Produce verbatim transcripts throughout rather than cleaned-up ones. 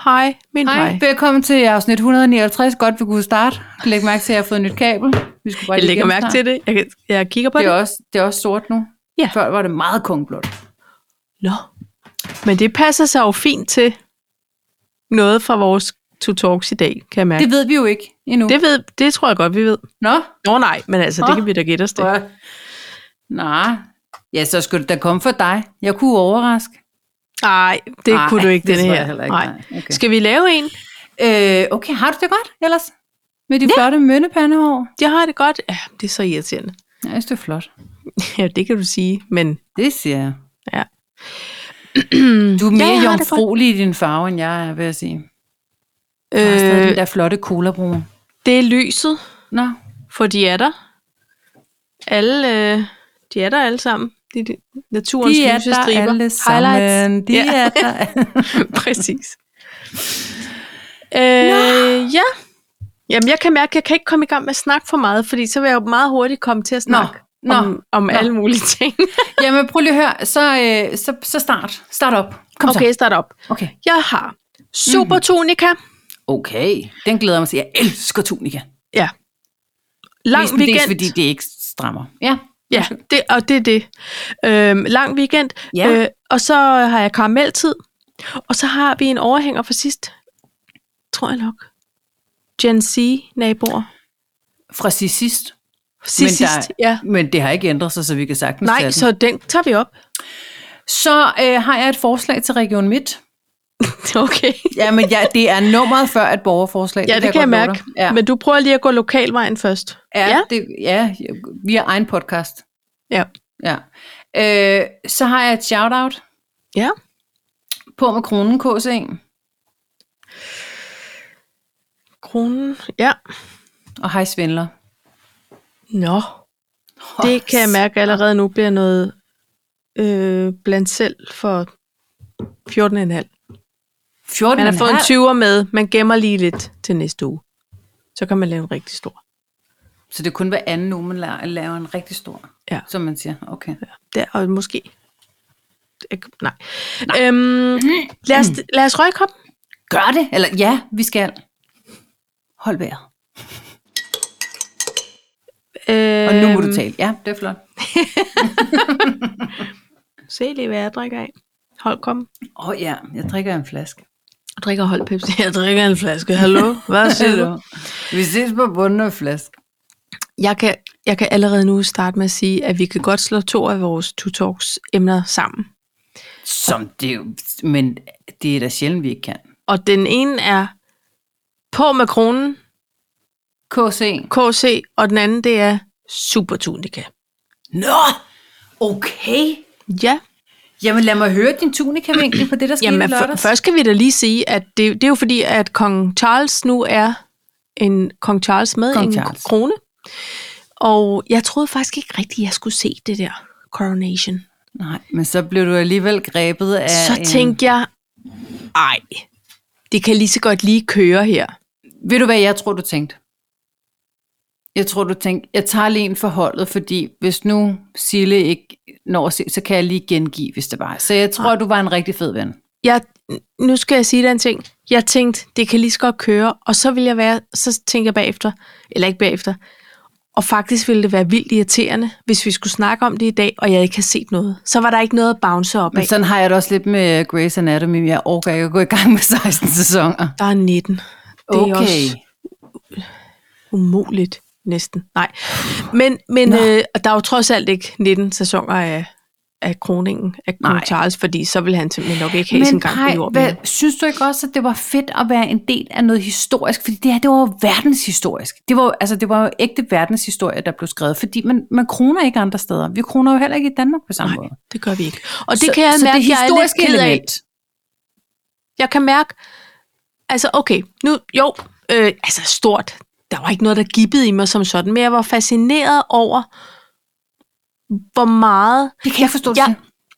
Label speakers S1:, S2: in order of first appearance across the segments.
S1: Hej, min
S2: Hej,
S1: vej.
S2: velkommen til afsnit et hundrede nioghalvtreds. Godt, vi kunne starte. Læg mærke til, at jeg har fået et nyt kabel. Vi skulle bare
S1: Jeg lægger mærke til det. Jeg, jeg kigger på
S2: det.
S1: det.
S2: Er også, det er også sort nu.
S1: Ja.
S2: Før var det meget kongblåt.
S1: Nå. Men det passer sig jo fint til noget fra vores to talks i dag, kan jeg mærke.
S2: Det ved vi jo ikke endnu.
S1: Det, ved, det tror jeg godt, vi ved.
S2: Nå?
S1: Nå nej, men altså, det
S2: Nå.
S1: kan vi da gætte os det.
S2: Ja. Nej. Ja, så skulle det da komme for dig. Jeg kunne overraske.
S1: Nej, det
S2: Ej,
S1: kunne du ikke,
S2: det
S1: denne
S2: tror jeg
S1: her.
S2: heller ikke,
S1: Nej.
S2: nej. Okay.
S1: Skal vi lave en?
S2: Øh, okay, har du det godt ellers? Med de
S1: Ja.
S2: flotte mønnepandehår?
S1: Jeg har det godt. Ja, det er så irriterende.
S2: Ja, jeg synes, det er flot.
S1: Ja, det kan du sige, men
S2: Det siger jeg.
S1: ja.
S2: Du er mere
S1: Ja, jeg
S2: ja,
S1: har det
S2: jomfruelig i din farve, end jeg er, vil jeg sige. Du har stadig
S1: Øh,
S2: den der flotte colabrune.
S1: det er lyset,
S2: Nå,
S1: for de er der. Alle, øh, de er der alle sammen. De, de, naturens
S2: de er
S1: lyse
S2: der
S1: striber.
S2: alle sammen. De
S1: Ja.
S2: er der.
S1: Præcis. Øh, ja. Jamen, jeg kan mærke, at jeg kan ikke komme i gang med at snakke for meget, fordi så vil jeg jo meget hurtigt komme til at snakke
S2: Nå.
S1: om, om
S2: Nå.
S1: alle mulige ting.
S2: Jamen, prøv lige at høre. Så, øh, så, så start. Start op. Kom
S1: Okay,
S2: så.
S1: start op.
S2: Okay.
S1: Jeg har Super Tunica.
S2: Okay. Den glæder jeg mig til. Jeg elsker tunika.
S1: Ja. Lang
S2: Mest weekend.
S1: weekend.
S2: Fordi det ikke strammer. Ja.
S1: Ja, det, og det er det. Øhm, lang weekend.
S2: Ja.
S1: Øh, og så har jeg karameltid. Og så har vi en overhænger for sidst. Tror jeg nok. Gen Z-naboer.
S2: Fra sidst sidst.
S1: Sidst,
S2: Men
S1: sidst,
S2: der-
S1: ja.
S2: Men det har ikke ændret sig, så vi kan sagtens tage
S1: Nej,
S2: den.
S1: så den tager vi op.
S2: Så øh, har jeg et forslag til Region Midt.
S1: Okay.
S2: Ja, men ja, det er nummeret før et borgerforslag.
S1: Ja, det, det kan jeg
S2: godt love
S1: mærke.
S2: dig. Ja.
S1: Men du prøver lige at gå lokalvejen først.
S2: Ja,
S1: Ja.
S2: det, ja, via egen podcast.
S1: Ja.
S2: Ja. Øh, så har jeg et shout-out
S1: Ja.
S2: på med kronen K C.
S1: Kronen. Ja.
S2: Og hej svindler.
S1: Nå. Det kan jeg mærke allerede nu bliver noget øh, blandt selv for fjorten komma fem.
S2: fjorten
S1: Man har fået en
S2: komma fem.
S1: tyver med. Man gemmer lige lidt til næste uge. Så kan man lave en rigtig stor.
S2: Så det er kun hver anden uge, man laver, laver en rigtig stor.
S1: Ja.
S2: Som man siger. Okay.
S1: Der, og måske. Ikke- Nej. Nej. Øhm, lad, os, lad os røge kop.
S2: Gør det. Eller ja, vi skal. Hold vejret.
S1: Øhm,
S2: Og nu må du tale. Ja, det er flot.
S1: Se lige, hvad jeg drikker af. Hold kom.
S2: Åh oh, ja, jeg drikker en flaske.
S1: Jeg drikker hold Pepsi. Jeg drikker en flaske. Hallo? Hvad siger du?
S2: Vi ses på bunden af flaske.
S1: Jeg kan, jeg kan allerede nu starte med at sige, at vi kan godt slå to af vores to talks emner sammen.
S2: Som det jo, men det er da sjældent, vi ikke kan.
S1: Og den ene er på med kronen,
S2: K C.
S1: K C, og den anden, det er Super Tunica.
S2: Nå, okay.
S1: Ja,
S2: Jamen lad mig høre din tunika-vinkel på det, der skete i
S1: jamen for,
S2: lørdags.
S1: først kan vi da lige sige, at det, det er jo fordi, at kong Charles nu er en kong Charles med
S2: Kong
S1: en
S2: Charles.
S1: krone. Og jeg troede faktisk ikke rigtigt, at jeg skulle se det der coronation.
S2: Nej, men så blev du alligevel grebet af
S1: Så
S2: en...
S1: tænkte jeg, ej, det kan lige så godt lige køre her.
S2: Ved du hvad jeg tror, du tænkte? Jeg tror, du tænkte, jeg tager lige en forholdet, fordi hvis nu Sille ikke når at se, så kan jeg lige gengive, hvis det var. Så jeg tror,
S1: Nej.
S2: du var en rigtig fed ven.
S1: Jeg, nu skal jeg sige dig en ting. Jeg tænkte, det kan lige så godt køre, og så vil jeg være, så tænker jeg bagefter, eller ikke bagefter, og faktisk ville det være vildt irriterende, hvis vi skulle snakke om det i dag, og jeg ikke har set noget. Så var der ikke noget at bounce op af.
S2: Men sådan har jeg det også lidt med Grey's Anatomy. Jeg orker ikke at gå i gang med seksten sæsoner.
S1: Der er nitten. Det er
S2: Okay.
S1: også umuligt, næsten. Nej. Men, men øh, der er jo trods alt ikke nitten sæsoner af, af kroningen af kong
S2: Nej.
S1: Charles, fordi så vil han simpelthen nok ikke have sin
S2: Men
S1: gang på
S2: Paj,
S1: jorden.
S2: hvad, synes du ikke også, at det var fedt at være en del af noget historisk? Fordi det her, det var jo verdenshistorisk. Det var, jo- altså, det var jo ægte verdenshistorie, der blev skrevet. Fordi man, man kroner ikke andre steder. Vi kroner jo heller ikke i Danmark på samme
S1: Nej,
S2: måde.
S1: det gør vi ikke. Og det
S2: så,
S1: kan jeg
S2: så
S1: mærke,
S2: det
S1: jeg er lidt
S2: historiske
S1: ked af.
S2: element.
S1: Jeg kan mærke, altså okay, nu, jo, øh, altså stort, der var ikke noget, der gibbede i mig som sådan, men jeg var fascineret over, hvor meget...
S2: Det kan jeg forstå.
S1: Jeg,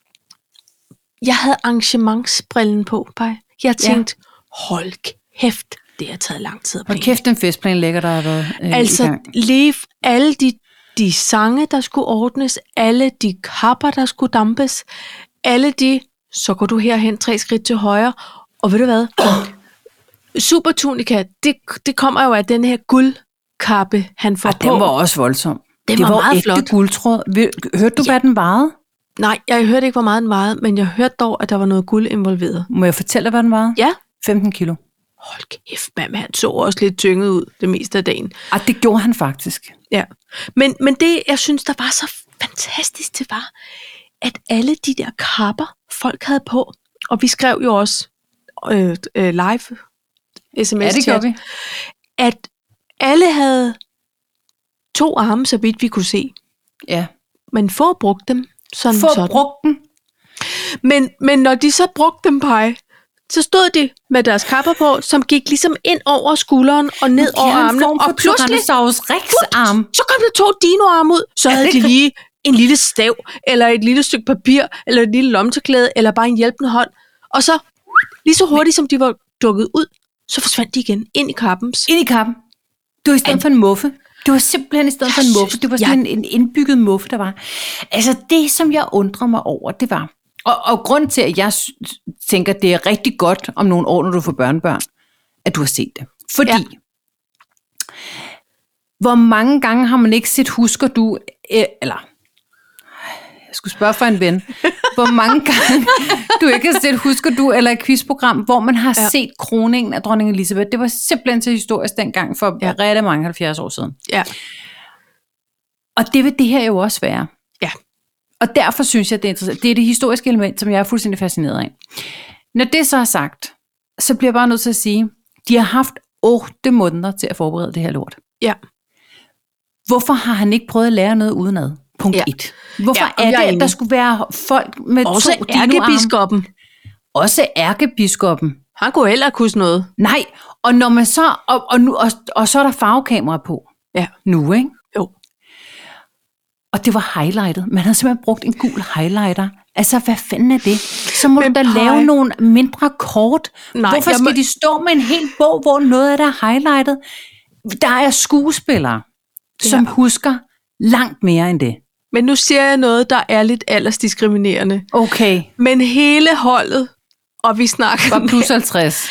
S1: jeg havde arrangementsbrillen på, Paj. Jeg tænkte, ja. hold kæft, det har taget lang tid at
S2: Hold
S1: planlægge.
S2: kæft, den festplan lægger der har været øh, i
S1: Altså,
S2: gang.
S1: lige alle de, de sange, der skulle ordnes, alle de kapper, der skulle dampes, alle de, så går du herhen tre skridt til højre, og ved du hvad? Supertunika, det, det kommer jo af den her guldkappe, han får
S2: Ej,
S1: på.
S2: den var også voldsom.
S1: Den
S2: det
S1: var
S2: var
S1: meget
S2: ægte
S1: flot.
S2: guldtråd. Vil- Hørte du,
S1: Ja.
S2: hvad den varede?
S1: Nej, jeg hørte ikke, hvor meget den varede, men jeg hørte dog, at der var noget guld involveret.
S2: Må jeg fortælle dig, hvad den varede?
S1: Ja.
S2: femten kilo.
S1: Hold kæft, mand, han så også lidt tynget ud det meste af dagen.
S2: Ej, det gjorde han faktisk.
S1: Ja. Men, men det, jeg synes, der var så fantastisk, det var, at alle de der kapper, folk havde på, og vi skrev jo også øh, øh, live sms-chat,
S2: Ja, det gjorde vi.
S1: at alle havde to arme, så vidt vi kunne se.
S2: Ja.
S1: Men få brugte dem sådan
S2: Få
S1: sådan.
S2: brugt den.
S1: Men, men når de så brugte dem, Paj, så stod de med deres kapper på, som gik ligesom ind over skulderen og ned over armene. Og pludselig,
S2: Tyrannosaurus Rex-arm.
S1: så kom der to dinoarme ud. Så havde de lige en lille stav, eller et lille stykke papir, eller et lille lomteklæde, eller bare en hjælpende hånd. Og så, lige så hurtigt som de var dukket ud, så forsvandt de igen ind i kappen.
S2: Ind i kappen. Det var i stedet for en muffe. Det var simpelthen i stedet for en muffe. Det var sådan en, en indbygget muffe, der var. Altså det, som jeg undrer mig over, det var... Og, og grund til, at jeg s- tænker, det er rigtig godt om nogle år, når du får børnebørn, at du har set det. Fordi... Ja. Hvor mange gange har man ikke set, husker du... Øh, eller... Jeg skulle spørge for en ven. Hvor mange gange du ikke har set, husker du, eller et quizprogram, hvor man har ja. set kroningen af dronning Elizabeth. Det var simpelthen så historisk dengang for ja. rigtig mange halvfjerds år siden.
S1: Ja.
S2: Og det vil det her jo også være.
S1: Ja.
S2: Og derfor synes jeg, det er interessant. Det er det historiske element, som jeg er fuldstændig fascineret af. Når det så er sagt, så bliver jeg bare nødt til at sige, de har haft otte måneder til at forberede det her lort.
S1: Ja.
S2: Hvorfor har han ikke prøvet at lære noget udenad? Punkt
S1: Ja.
S2: et. Hvorfor
S1: Ja,
S2: er det, at
S1: enig.
S2: der skulle være folk med
S1: Også
S2: to dinoarme?
S1: ærkebiskoppen.
S2: Også ærkebiskoppen.
S1: Han kunne heller ikke huske noget.
S2: Nej, og når man så og, og, nu, og, og så er der farvekamera på.
S1: Ja.
S2: Nu, ikke?
S1: Jo.
S2: Og det var highlightet. Man havde simpelthen brugt en gul highlighter. Altså, hvad fanden er det? Så må
S1: Men
S2: du da
S1: Paj-
S2: lave nogle mindre kort.
S1: Nej,
S2: Hvorfor
S1: jeg
S2: skal
S1: må-
S2: de stå med en hel bog, hvor noget af det er highlightet? Der er skuespillere, som
S1: Ja.
S2: husker langt mere end det.
S1: Men nu siger jeg noget, der er lidt aldersdiskriminerende.
S2: Okay.
S1: Men hele holdet, og vi snakker
S2: Var plus halvtreds.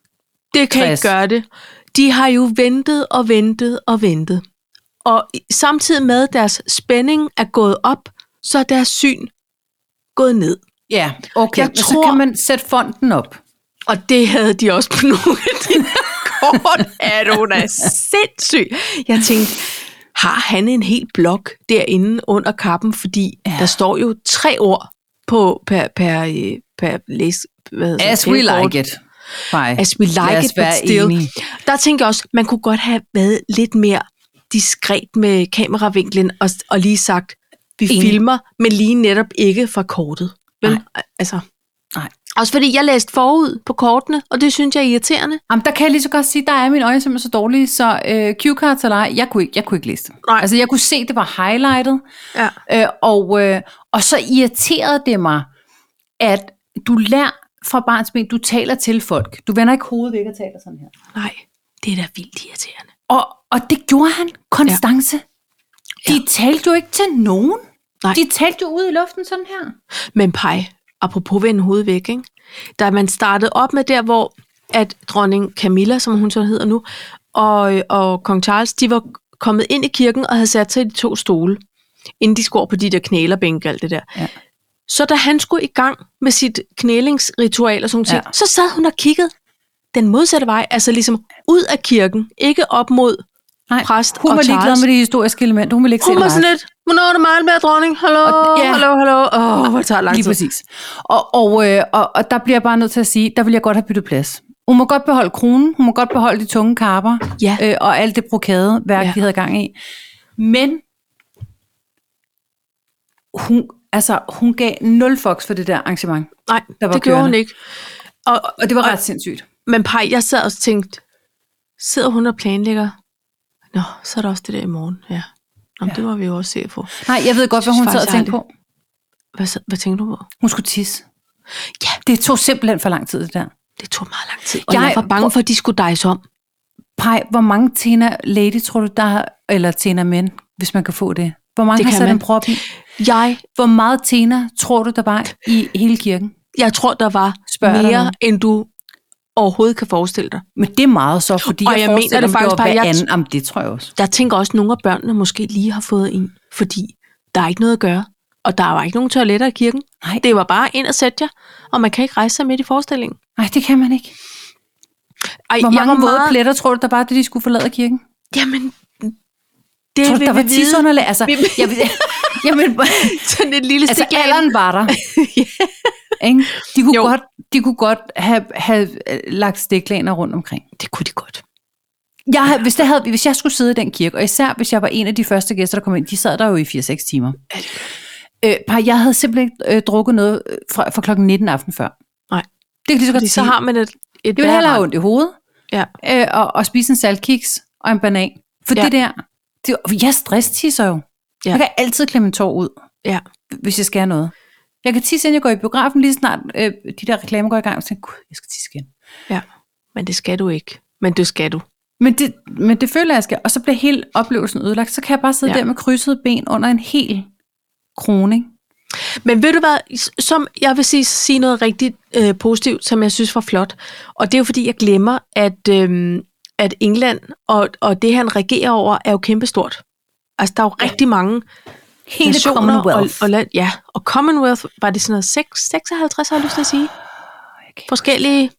S1: det kan
S2: tres.
S1: ikke gøre det. De har jo ventet og ventet og ventet. Og i- samtidig med, at deres spænding er gået op, så er deres syn gået ned.
S2: Ja, okay.
S1: Jeg
S2: Men så
S1: tror-
S2: kan man sætte fonden op.
S1: Og det havde de også på nogle af de her kort. Er du da sindssyg? Jeg tænkte, har han en hel blok derinde under kappen? Fordi ja. der står jo tre ord på per, per, øh, per læs. Hvad hedder
S2: As
S1: det?
S2: we
S1: Kort.
S2: like it. Bye.
S1: As we
S2: Lad
S1: like
S2: os
S1: it, but
S2: være
S1: still.
S2: enige.
S1: Der tænker jeg også, man kunne godt have været lidt mere diskret med kameravinklen og, og lige sagt, vi
S2: Enig.
S1: filmer, men lige netop ikke fra kortet. Vel?
S2: Nej.
S1: Altså.
S2: Nej.
S1: Også fordi jeg læste forud på kortene, og det synes jeg er irriterende.
S2: Jamen, der kan jeg lige så godt sige, der er mine øjne simpelthen så dårlige, så øh, cue-cards eller ej, jeg kunne ikke, jeg kunne ikke læse det.
S1: Nej.
S2: Altså, jeg kunne se, det var highlightet,
S1: Ja.
S2: øh, og, øh, og så irriterede det mig, at du lærer fra barnsben, du taler til folk. Du vender ikke hovedet væk og taler sådan her.
S1: Nej, det er da vildt irriterende.
S2: Og, og det gjorde han. Konstance. Ja. De talte jo ikke til nogen.
S1: Nej.
S2: De talte jo ud i luften sådan her.
S1: Men Paj, apropos vende hovedet væk, ikke? Da man startede op med der, hvor at dronning Camilla, som hun så hedder nu, og, og kong Charles, de var kommet ind i kirken og havde sat sig i de to stole, inden de skulle over på de der knælerbænke og alt det der.
S2: Ja.
S1: Så da han skulle i gang med sit knælingsritual og sådan
S2: Ja.
S1: ja. så sad hun og kiggede den modsatte vej, altså ligesom ud af kirken, ikke op mod
S2: Nej,
S1: præst
S2: hun
S1: og
S2: var ligeglad
S1: Charles.
S2: med det historiske element. Hun ville ikke se
S1: Hun
S2: det
S1: var
S2: live.
S1: sådan lidt, hvornår er det meget med dronning? Hallo,
S2: Og- ja.
S1: hallo, hallo. Åh, oh, hvor tager det lang
S2: Lige
S1: tid.
S2: præcis. Og, og, øh, og, og der bliver jeg bare nødt til at sige, der vil jeg godt have byttet plads. Hun må godt beholde kronen, hun må godt beholde de tunge karper,
S1: Ja.
S2: øh, og alt det brokadeværk,
S1: Ja.
S2: de havde gang i. Men hun, altså, hun gav nul fucks for det der arrangement.
S1: Nej,
S2: der var
S1: det gjorde hun
S2: kørende.
S1: ikke. Og,
S2: Og det var
S1: og,
S2: ret sindssygt.
S1: Men Paj, jeg sad og tænkte, sidder hun og planlægger? Nå, så er der også det der i morgen. Ja. Nå,
S2: Ja.
S1: det må vi jo også se på.
S2: Nej, jeg ved godt, hvad
S1: synes
S2: hun sad og
S1: faktisk
S2: tænkte
S1: aldrig.
S2: på.
S1: Hvad, så- hvad tænkte du på?
S2: Hun skulle tisse.
S1: Ja.
S2: Det tog simpelthen for lang tid, det der.
S1: Det tog meget lang tid. Og
S2: Jeg-
S1: jeg, jeg var bange for, at de skulle dejse om.
S2: Pej, hvor mange Tena Lady tror du, der har, eller Tena Mænd, hvis man kan få det? Hvor mange
S1: Det
S2: har
S1: kan
S2: sat
S1: man.
S2: en prop i?
S1: Jeg,
S2: Hvor meget Tena tror du, der var i hele kirken?
S1: jeg tror, der var
S2: Spørger dig
S1: mere,
S2: noget.
S1: end du overhovedet kan forestille dig.
S2: Men det er meget så, fordi
S1: Og
S2: jeg,
S1: jeg
S2: forestiller
S1: mener det
S2: mig,
S1: faktisk
S2: var
S1: bare,
S2: hver
S1: jeg-
S2: anden. Jamen, det tror jeg også.
S1: Jeg tænker også, at nogle af børnene måske lige har fået en, fordi der er ikke noget at gøre. Og der var ikke nogen toiletter i kirken.
S2: Nej.
S1: Det var bare ind og sætte jer, og man kan ikke rejse sig midt i forestillingen.
S2: Nej, det kan man ikke.
S1: Ej,
S2: Hvor
S1: jeg
S2: mange
S1: var
S2: våde
S1: meget...
S2: pletter tror du, der bare, da de skulle forlade kirken?
S1: Jamen, det
S2: Tror du,
S1: vil
S2: der
S1: vi
S2: var
S1: vide.
S2: tidsunderlag? Altså,
S1: Vi-
S2: jeg, vil- jamen,
S1: Sådan et lille
S2: altså
S1: stik
S2: alderen var der. Ikke? De, kunne
S1: Jo.
S2: godt, de kunne godt have, have lagt stiklaner rundt omkring.
S1: Det kunne de godt.
S2: Jeg, havde- hvis, det havde, hvis jeg skulle sidde i den kirke, og især hvis jeg var en af de første gæster, der kom ind, de sad der jo i fire seks timer. Øh, par, jeg havde simpelthen ikke øh, drukket noget fra, fra klokken nitten aften før.
S1: Nej.
S2: Det kan lige så godt
S1: Fordi så
S2: sige.
S1: har man et, et
S2: Jeg vil hellere have ondt i hovedet,
S1: Ja.
S2: øh, og, og spise en saltkiks og en banan. For
S1: Ja.
S2: det der, det, jeg stresstisser jo.
S1: Ja.
S2: Jeg kan altid klemme en tår ud,
S1: Ja.
S2: hvis jeg skal have noget. Jeg kan tisse, inden jeg går i biografen, lige snart øh, de der reklamer går i gang, og så tænker jeg, gud, jeg skal tisse igen.
S1: Ja. Men det skal du ikke. Men det skal du.
S2: Men det, men det føler jeg, jeg skal. Og så bliver hele oplevelsen ødelagt. Så kan jeg bare sidde
S1: Ja.
S2: der med krydsede ben under en hel kroning.
S1: Men ved du hvad, som jeg vil sige, sige noget rigtig øh, positivt, som jeg synes var flot. Og det er jo fordi, jeg glemmer, at, øh, at England og, og det, han regerer over, er jo kæmpestort. Altså, der er jo rigtig mange
S2: Hele
S1: nationer.
S2: Commonwealth.
S1: Og, og, land- ja, og Commonwealth, var det sådan noget seks, seksoghalvtreds, har jeg lyst til at sige? Forskellige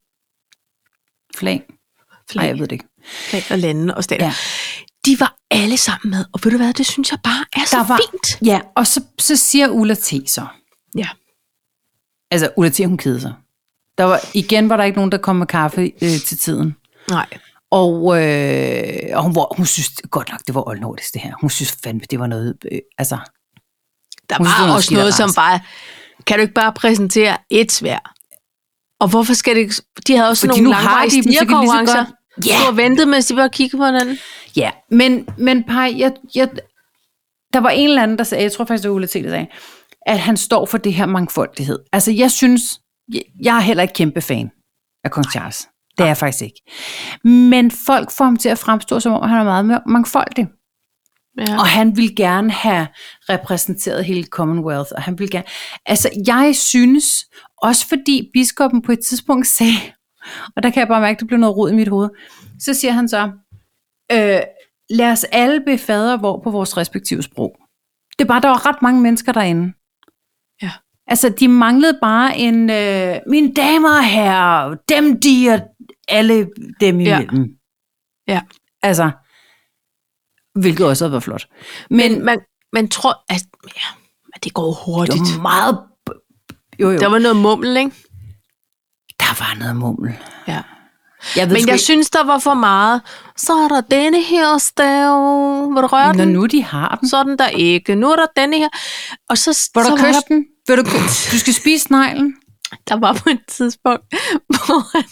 S2: Flag. Nej, jeg ved det ikke.
S1: flag og lande og stater.
S2: Ja.
S1: De var alle sammen med, og ved du hvad, det synes jeg bare er så
S2: Der var-
S1: fint.
S2: Ja, og så, så siger Ulla T. så.
S1: Ja.
S2: Altså, Ulla T. hun kede sig. Der var, igen var der ikke nogen, der kom med kaffe øh, til tiden.
S1: Nej.
S2: Og, øh, og hun, var, hun synes godt nok, det var oldnordisk det her. Hun synes fandme, det var noget, øh, altså...
S1: Der
S2: Hun synes, det
S1: var
S2: var
S1: også noget, som
S2: skidt
S1: bare, kan du ikke bare præsentere et svær? Og hvorfor skal det ikke, de havde også
S2: Fordi
S1: nogle
S2: nu har
S1: langvarige
S2: de dem, så kan de lige så
S1: stigerkonkurrencer.
S2: godt-
S1: Ja.
S2: Ja.
S1: Du har ventet, mens de bare kiggede på hinanden.
S2: Ja, men, men Paj, jeg, jeg, der var en eller anden, der sagde, jeg tror faktisk, det var Ulla T., der sagde, at han står for det her mangfoldighed. Altså, jeg synes, jeg, jeg er heller ikke kæmpe fan af Kong Charles. Det er jeg faktisk ikke. Men folk får ham til at fremstå, som om han er meget mangfoldig.
S1: Ja.
S2: Og han vil gerne have repræsenteret hele Commonwealth, og han vil gerne... Altså, jeg synes, også fordi biskoppen på et tidspunkt sagde, og der kan jeg bare mærke, at der blev noget rod i mit hoved, så siger han så, øh, lad os alle bede fader hvor på vores respektive sprog. Det er bare, der var ret mange mennesker derinde.
S1: Ja.
S2: Altså, de manglede bare en, øh, mine damer og herrer, dem de og alle dem imellem.
S1: Ja.
S2: Altså, hvilket også havde været flot.
S1: Men
S2: Men
S1: man, man tror, at ja, at det går
S2: det
S1: hurtigt.
S2: var meget... Jo, jo.
S1: Der var noget mummel, ikke?
S2: Der var noget mummel.
S1: Ja.
S2: Jeg ved
S1: Men
S2: sgu
S1: jeg
S2: ikke-
S1: synes, der var for meget. Så er der denne her stav. Vil du røre
S2: Når
S1: den?
S2: nu de har den.
S1: Så er den der ikke. Nu er der denne her. Og så,
S2: Vil
S1: så
S2: du
S1: var
S2: kysse
S1: der,
S2: den? Vil du, ky- du skal spise sneglen.
S1: der var på et tidspunkt, hvor han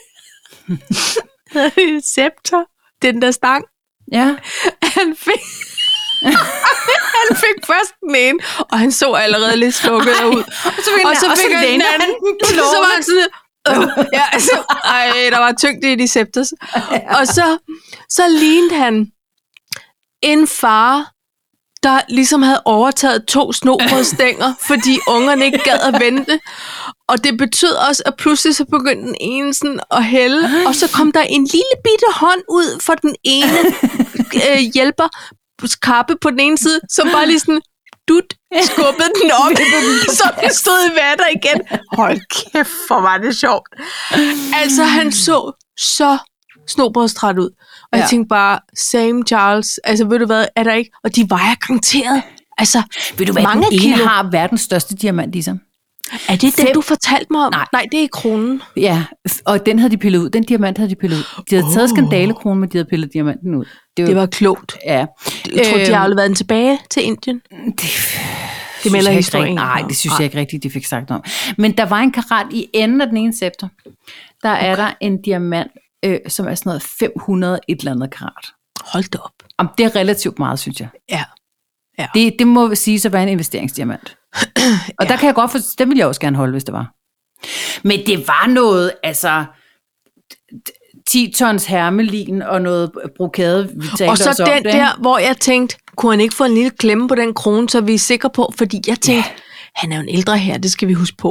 S1: havde et scepter. Den der stang.
S2: Ja.
S1: Han fik, han fik først den ene, og han så allerede lidt slukket ud.
S2: Og så fik,
S1: Og så fik han den anden. Så var han sådan, øh, ja, altså, ej, der var tyngde i de septers. Og så, så lignede han en far, der ligesom havde overtaget to snobrødstænger, fordi ungerne ikke gad at vente. Og det betød også, at pludselig så begyndte den ene sådan at hælde, og så kom der en lille bitte hånd ud for den ene øh, hjælper kappe på den ene side, som bare lige sådan, dut, skubbede den op, så den stod i vatter igen. Hold kæft, hvor var det sjovt. Altså, han så så snobrødstræt ud. Og jeg
S2: Ja.
S1: tænkte bare, same Charles, altså ved du hvad, er der ikke? Og de vejer garanteret. Altså,
S2: Ved du hvad,
S1: mange
S2: den ene
S1: kilo.
S2: har verdens største diamant i sig.
S1: Er det den,
S2: Fem-
S1: du fortalte mig om?
S2: Nej.
S1: Nej, det er kronen.
S2: Ja, f- og den havde de pillet ud. Den diamant havde de pillet ud. De havde oh. taget skandalekronen, men de havde pillet diamanten ud.
S1: Det var klogt.
S2: Ja.
S1: Jeg tror, de
S2: Øhm,
S1: har afleveret den tilbage til Indien.
S2: Det,
S1: Det melder
S2: synes jeg ikke
S1: historien.
S2: rigtig- Nej, det synes jeg ikke rigtigt, de fik sagt om. Men der var en karat i enden af den ene scepter. Der er der en diamant, øh, som er sådan noget fem hundrede et eller andet karat.
S1: Hold da op.
S2: Om det er relativt meget, synes jeg.
S1: Ja.
S2: Det, det må sige at være en investeringsdiamant. Og ja. Der kan jeg godt for, det ville jeg også gerne holde, hvis det var. Men det var noget, altså ti tons hermelin og noget brokade, vi talte
S1: Og så
S2: også om
S1: den
S2: det.
S1: der, hvor jeg tænkte, kunne han ikke få en lille klemme på den krone, så vi er sikre på, fordi jeg tænkte, ja. han er jo en ældre her, det skal vi huske på.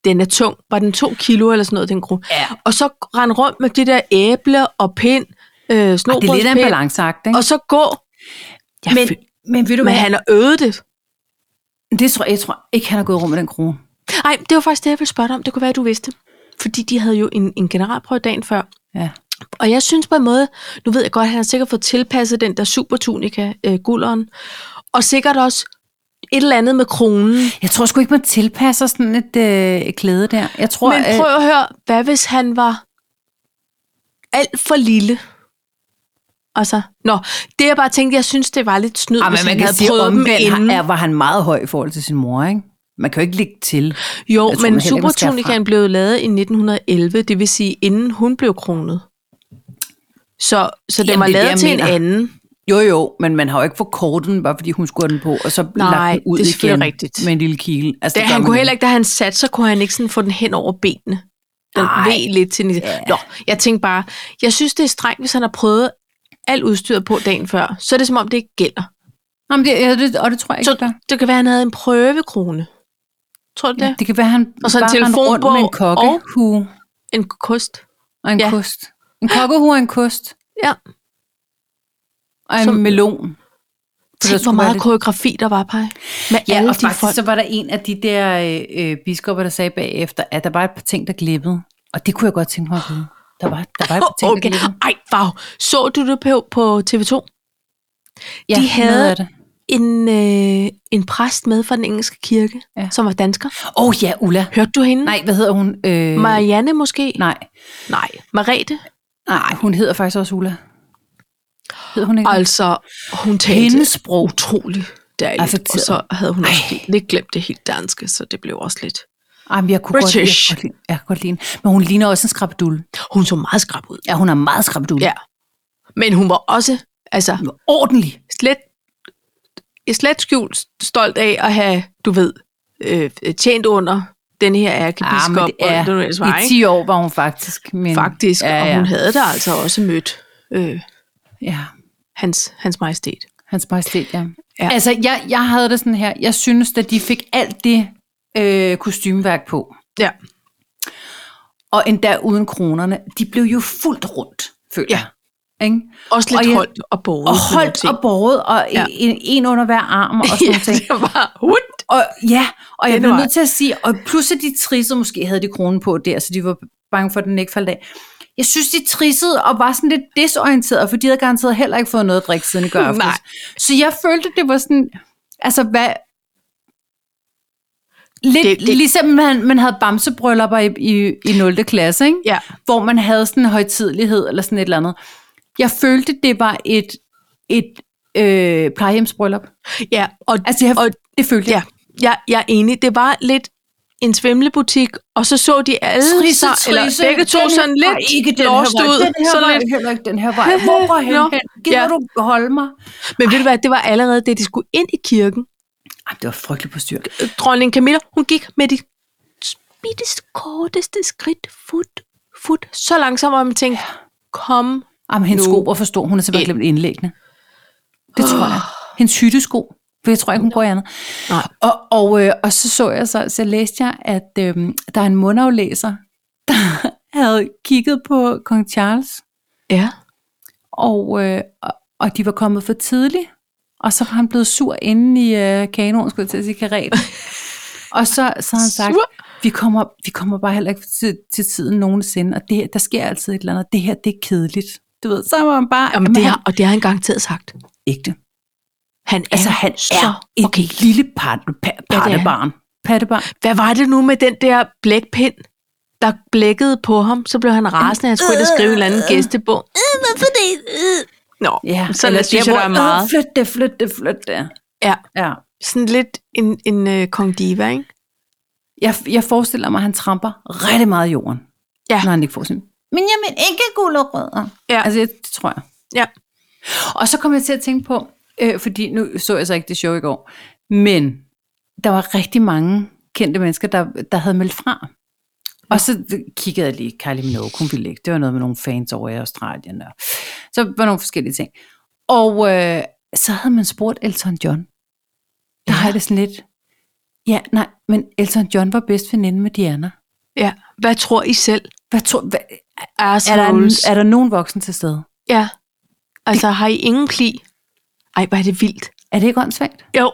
S1: den er tung. Var den to kilo eller sådan noget, den krone?
S2: Ja.
S1: Og så rende rundt med det der æble og pind, øh, snobrødspind.
S2: Det er lidt af en balanceakt, ikke?
S1: Og så gå.
S2: Ja, men, men ved du
S1: men
S2: hvad?
S1: han har øvet det.
S2: Det tror jeg, jeg tror ikke, han har gået rum med den krone.
S1: Nej, det var faktisk det, jeg ville spørge dig om. Det kunne være, at du vidste. Fordi de havde jo en, en generalprøve dagen før.
S2: Ja.
S1: Og jeg synes på en måde, nu ved jeg godt, at han har sikkert fået tilpasset den der supertunika, øh, gulderen. Og sikkert også et eller andet med kronen.
S2: Jeg tror sgu ikke, man tilpasser sådan et, øh, et klæde der. Jeg tror,
S1: Men prøv at høre, hvad hvis han var alt for lille? Altså, nå, det jeg bare tænkte, jeg synes, det var lidt snyd,
S2: ah,
S1: hvis
S2: man
S1: han
S2: kan
S1: havde
S2: sige,
S1: prøvet dem
S2: omvendt
S1: inden.
S2: er, var han meget høj i forhold til sin mor, ikke? Man kan jo ikke lægge til.
S1: Jo,
S2: tror,
S1: men
S2: man heller ikke, man skal
S1: supertunikaen blev lavet i nitten elleve, det vil sige, inden hun blev kronet. Så, så den
S2: Jamen,
S1: var
S2: det er
S1: lavet
S2: det,
S1: til
S2: jeg
S1: en
S2: mener.
S1: anden.
S2: Jo, jo, men man har jo ikke forkortet den, bare fordi hun skulle have den på, og så
S1: Nej,
S2: lagt den ud
S1: det er selvfølgelig
S2: igen
S1: rigtigt.
S2: med en lille kigel. Altså,
S1: Da
S2: det gør
S1: han
S2: man
S1: kunne
S2: jo.
S1: heller ikke, da han satte, så kunne han ikke sådan få den hen over benene. Den
S2: Nej.
S1: ved lidt til den.
S2: Ja.
S1: Nå, jeg tænkte bare, jeg synes, det er strengt, hvis han har prøvet alt udstyret på dagen før. Så er det som om, det ikke gælder.
S2: Jamen, det, ja, det, og det tror jeg ikke, det gør.
S1: Så det kan være, at han havde en prøvekrone. Tror du det?
S2: Ja, det kan være, han
S1: Og så en
S2: bare rendte rundt
S1: telefonbog
S2: med en kokkehue
S1: En kost.
S2: og en
S1: Ja.
S2: kost. En kokkehue og en kost.
S1: Ja.
S2: Og en
S1: Som-
S2: melon. Så der
S1: Tænk, hvor
S2: skulle være
S1: meget
S2: lidt-
S1: koreografi der var, Paj. Med
S2: Ja,
S1: alle
S2: og
S1: de
S2: faktisk
S1: folk.
S2: så var der en af de der øh, øh, biskopper, der sagde bagefter, at der var et par ting, der glippede. Og det kunne jeg godt tænke mig at vide. Der var, der var et par ting,
S1: Okay.
S2: der glippede.
S1: Ej, wow. Så du det på, på T V to?
S2: Ja,
S1: De havde-
S2: noget af det.
S1: En, øh, en præst med fra den engelske kirke,
S2: Ja.
S1: ja. som var dansker.
S2: Åh oh, ja, Ulla.
S1: Hørte du hende?
S2: Nej, hvad hedder hun? Øh,
S1: Marianne måske?
S2: Nej,
S1: Nej. Marete?
S2: nej, hun hedder faktisk også Ulla. Hedder hun ikke?
S1: Altså, hun talte
S2: Hendes sprog.
S1: utrolig dejligt. Og
S2: Affekteret.
S1: så havde hun også
S2: Ej.
S1: lidt glemt det helt danske, så det blev også lidt...
S2: Ej, men jeg kunne godt, jeg,
S1: British.
S2: kunne godt lide, jeg kunne godt lide hende. Men hun ligner også en skrabdul.
S1: Hun så meget skrab ud.
S2: Ja, hun er meget skrabdul.
S1: Ja. Men hun var også, altså,
S2: Ordentlig.
S1: slet, slet skjult stolt af at have, du ved, øh, tjent under den her ærkebiskop.
S2: Ah, men det er,
S1: og det, ellers var,
S2: i
S1: ikke?
S2: ti år var hun faktisk. Men,
S1: Faktisk,
S2: ja,
S1: og
S2: ja.
S1: hun havde da altså også mødt øh,
S2: Ja,
S1: hans, hans majestæt.
S2: hans majestæt, ja.
S1: Ja.
S2: Altså, jeg, jeg havde det sådan her. Jeg synes, at de fik alt det øh, kostymeværk på.
S1: Ja.
S2: Og endda uden kronerne. De blev jo fuldt rundt, føler
S1: Ja.
S2: jeg. Ikke?
S1: Også lidt
S2: Og jeg-
S1: holdt og båret.
S2: Og
S1: på nogle
S2: holdt
S1: ting.
S2: og båret, og
S1: Ja.
S2: en, en under hver arm, og sådan
S1: Ja,
S2: nogle ting.
S1: det var hund.
S2: Og ja, og jeg
S1: Det
S2: blev
S1: var-
S2: nødt til at sige, og plus at de trissede, måske havde de kronen på der, så de var bange for, at den ikke faldt af. Jeg synes, de trissede og var sådan lidt desorienterede, for de havde garanteret heller ikke fået noget at drikke siden i går aftes.
S1: Nej.
S2: Så jeg følte, det var sådan, altså hvad... Lidt
S1: Det-
S2: det,
S1: det-
S2: ligesom man, man havde bamsebryllupper i, i, i nul klasse, ikke?
S1: Ja.
S2: Hvor man havde sådan en højtidelighed eller sådan et eller andet. Jeg følte, det var et, et øh, plejehjemsbryllup.
S1: Ja, og,
S2: Altså, jeg,
S1: og
S2: det følte jeg.
S1: ja, jeg, jeg er enig. Det var lidt en svimlebutik, og så så de alle
S2: Trisse,
S1: så,
S2: trisse.
S1: eller begge to
S2: Den her-
S1: sådan
S2: Ej,
S1: lidt
S2: ikke den
S1: lost
S2: her vej.
S1: ud.
S2: Den her
S1: Sådan
S2: vej,
S1: lidt.
S2: heller ikke den her vej. Hvor går hen
S1: Nå,
S2: hen? Gider
S1: ja.
S2: du holde mig?
S1: Men ved du hvad, det var allerede, da de skulle ind i kirken.
S2: Ej, det var frygteligt på styr.
S1: Dronning Camilla, hun gik med de bitteste, korteste skridt, fut, fut, så langsomt, og man tænkte, kom.
S2: Jamen, hendes
S1: Nu.
S2: sko var for stor. Hun har simpelthen
S1: Ind.
S2: glemt indlæggene. Det tror jeg. Hendes hyttesko. For jeg tror ikke, hun går i andet.
S1: Nej.
S2: Og, og, øh, og så så jeg så, så læste jeg, at øh, der er en mundaflæser, der havde kigget på kong Charles,
S1: Ja.
S2: og, øh, og, og de var kommet for tidligt, og så var han blevet sur inde i øh, kanoen, skulle jeg til at sige, kareten. Og så, så har han sagt,
S1: Sur?
S2: vi kommer, vi kommer bare heller ikke til, til tiden nogensinde, og det, der sker altid et eller andet. Det her, det er kedeligt. Du ved, så var man bare...
S1: Jamen, det
S2: han-
S1: har, og det har han garanteret sagt.
S2: ægte.
S1: Han er,
S2: Altså, han
S1: så
S2: er et
S1: okay.
S2: lille pat, pat,
S1: Ja, det er han.
S2: pattebarn. Pattebarn.
S1: Hvad var det nu med den der blækpind, der blækkede på ham? Så blev han rasende, han skulle ind og skrive en eller anden gæstebog. Hvorfor det? Nå,
S2: Ja,
S1: så
S2: eller
S1: det synes jeg, der er
S2: hvor,
S1: meget.
S2: Øh, flyt det, flyt det, flyt det.
S1: Ja,
S2: Ja.
S1: sådan lidt en, en uh, kong diva, ikke?
S2: Jeg, jeg forestiller mig, at han tramper rigtig meget i jorden,
S1: Ja.
S2: når han ikke får sin... Men jeg vil ikke gulerødder.
S1: Ja.
S2: Altså, det, det tror jeg.
S1: Ja.
S2: Og så kom jeg til at tænke på, øh, fordi nu så jeg så ikke det show i går, men der var rigtig mange kendte mennesker, der, der havde meldt fra. Og så kiggede jeg lige, Kylie Minogue, hun ville ikke. Det var noget med nogle fans over i Australien. Og så var nogle forskellige ting. Og øh, så havde man spurgt Elton John. Der
S1: Ja.
S2: har jeg det sådan lidt, ja, nej, men Elton John var bedst veninde med Diana.
S1: Ja. Hvad tror I selv?
S2: Hvad tror, hvad,
S1: Er
S2: er, der, er der nogen voksen til stede?
S1: Ja. Altså, har I ingen pli? Ej, hvor er det vildt.
S2: Er det ikke åndssvagt?
S1: Jo.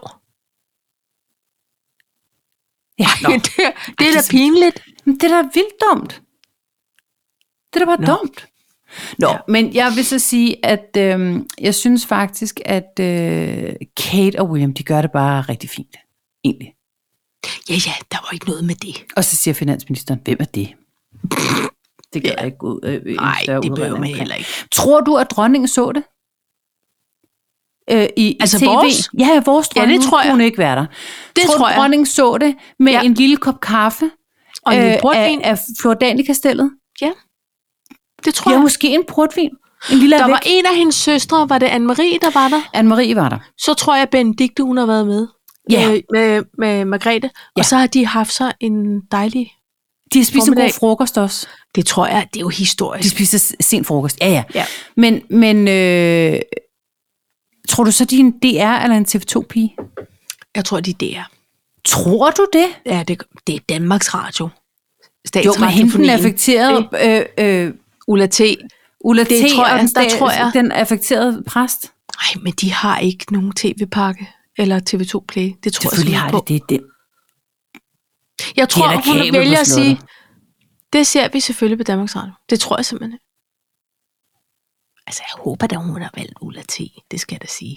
S2: Ja,
S1: Ej, det, det er da pinligt.
S2: Men det er da vildt dumt. Det er da bare
S1: Nå.
S2: dumt. Nå, ja. Men jeg vil så sige, at øh, jeg synes faktisk, at øh, Kate og William, de gør det bare rigtig fint. Egentlig.
S1: Ja, ja, der var ikke noget med det.
S2: Og så siger finansministeren, hvem er det? Det gør
S1: Ja.
S2: jeg ikke ud. Øh,
S1: Nej, det behøver man heller ikke.
S2: Tror du, at dronningen så det? Øh, i,
S1: Altså
S2: i T V?
S1: vores?
S2: Ja, vores dronning.
S1: Ja, det tror jeg.
S2: Hun kunne ikke være der.
S1: Det
S2: tror,
S1: tror
S2: du,
S1: jeg.
S2: dronningen så det med
S1: Ja.
S2: en lille kop kaffe
S1: Og en lille
S2: øh,
S1: portvin.
S2: af, af Flordanica-stillet?
S1: Ja, det tror
S2: Ja,
S1: jeg.
S2: måske en portvin. En lille
S1: Der
S2: avec.
S1: var en af hendes søstre, var det Anne-Marie, der var der?
S2: Anne-Marie var der.
S1: Så tror jeg, Benedikte, hun har været med.
S2: Ja.
S1: Øh, med, med Margrethe.
S2: Ja.
S1: Og så har de haft sig en dejlig...
S2: De har spist en god
S1: Formiddag.
S2: frokost også.
S1: Det tror jeg, det er jo historisk.
S2: De spiser s- sen frokost. Ja, ja.
S1: Ja.
S2: Men, men øh, tror du så, de er en D R eller en T V to-pige?
S1: Jeg tror, de er det er.
S2: Tror du det?
S1: Ja, det, det er Danmarks Radio.
S2: Jo, men hende den affekterede øh, øh,
S1: Ulla T.
S2: Ulla T.
S1: Det tror jeg,
S2: og den,
S1: der
S2: sta-
S1: tror jeg.
S2: den affekterede præst.
S1: Nej, men de har ikke nogen tv-pakke eller T V to Play. Det tror
S2: Selvfølgelig
S1: jeg
S2: har
S1: på.
S2: det det. det.
S1: Jeg tror,
S2: Det er da
S1: hun
S2: kabel
S1: vælger
S2: på
S1: at
S2: slottet.
S1: sige, det ser vi selvfølgelig på Danmarks Radio. Det tror jeg simpelthen. Altså, jeg håber da, hun har valgt Ulla T. Det skal jeg da sige.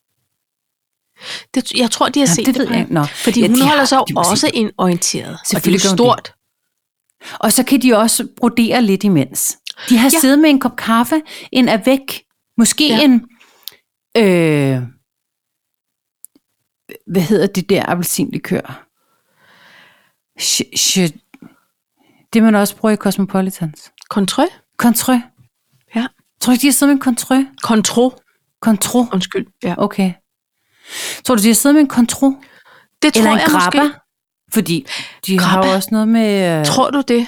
S1: Det, jeg tror, de har
S2: Jamen,
S1: set
S2: det
S1: det,
S2: ved
S1: på
S2: jeg
S1: hende.
S2: ikke. Nå.
S1: Fordi
S2: Ja,
S1: hun
S2: de
S1: holder
S2: har-
S1: sig
S2: de
S1: jo
S2: må
S1: også
S2: se.
S1: en orienteret. Og det er
S2: Selvfølgelig
S1: jo
S2: gør hun det.
S1: stort.
S2: Og så kan de også brodere lidt imens. De har
S1: Ja.
S2: ja. siddet med en kop kaffe, en avec, måske
S1: Ja.
S2: ja. en, øh, hvad hedder det der appelsinlikør? Sh- sh- det man også bruger i Cosmopolitans.
S1: Contrø?
S2: Contrø.
S1: Ja.
S2: Tror du, de har siddet med en Contrø?
S1: Contro.
S2: Contro.
S1: Undskyld. Ja.
S2: Okay. Tror du, de har siddet med en Contro?
S1: Det tror
S2: Eller en
S1: jeg
S2: grappa?
S1: måske.
S2: Fordi de
S1: Grappa?
S2: har jo også noget med... Øh...
S1: Tror du det?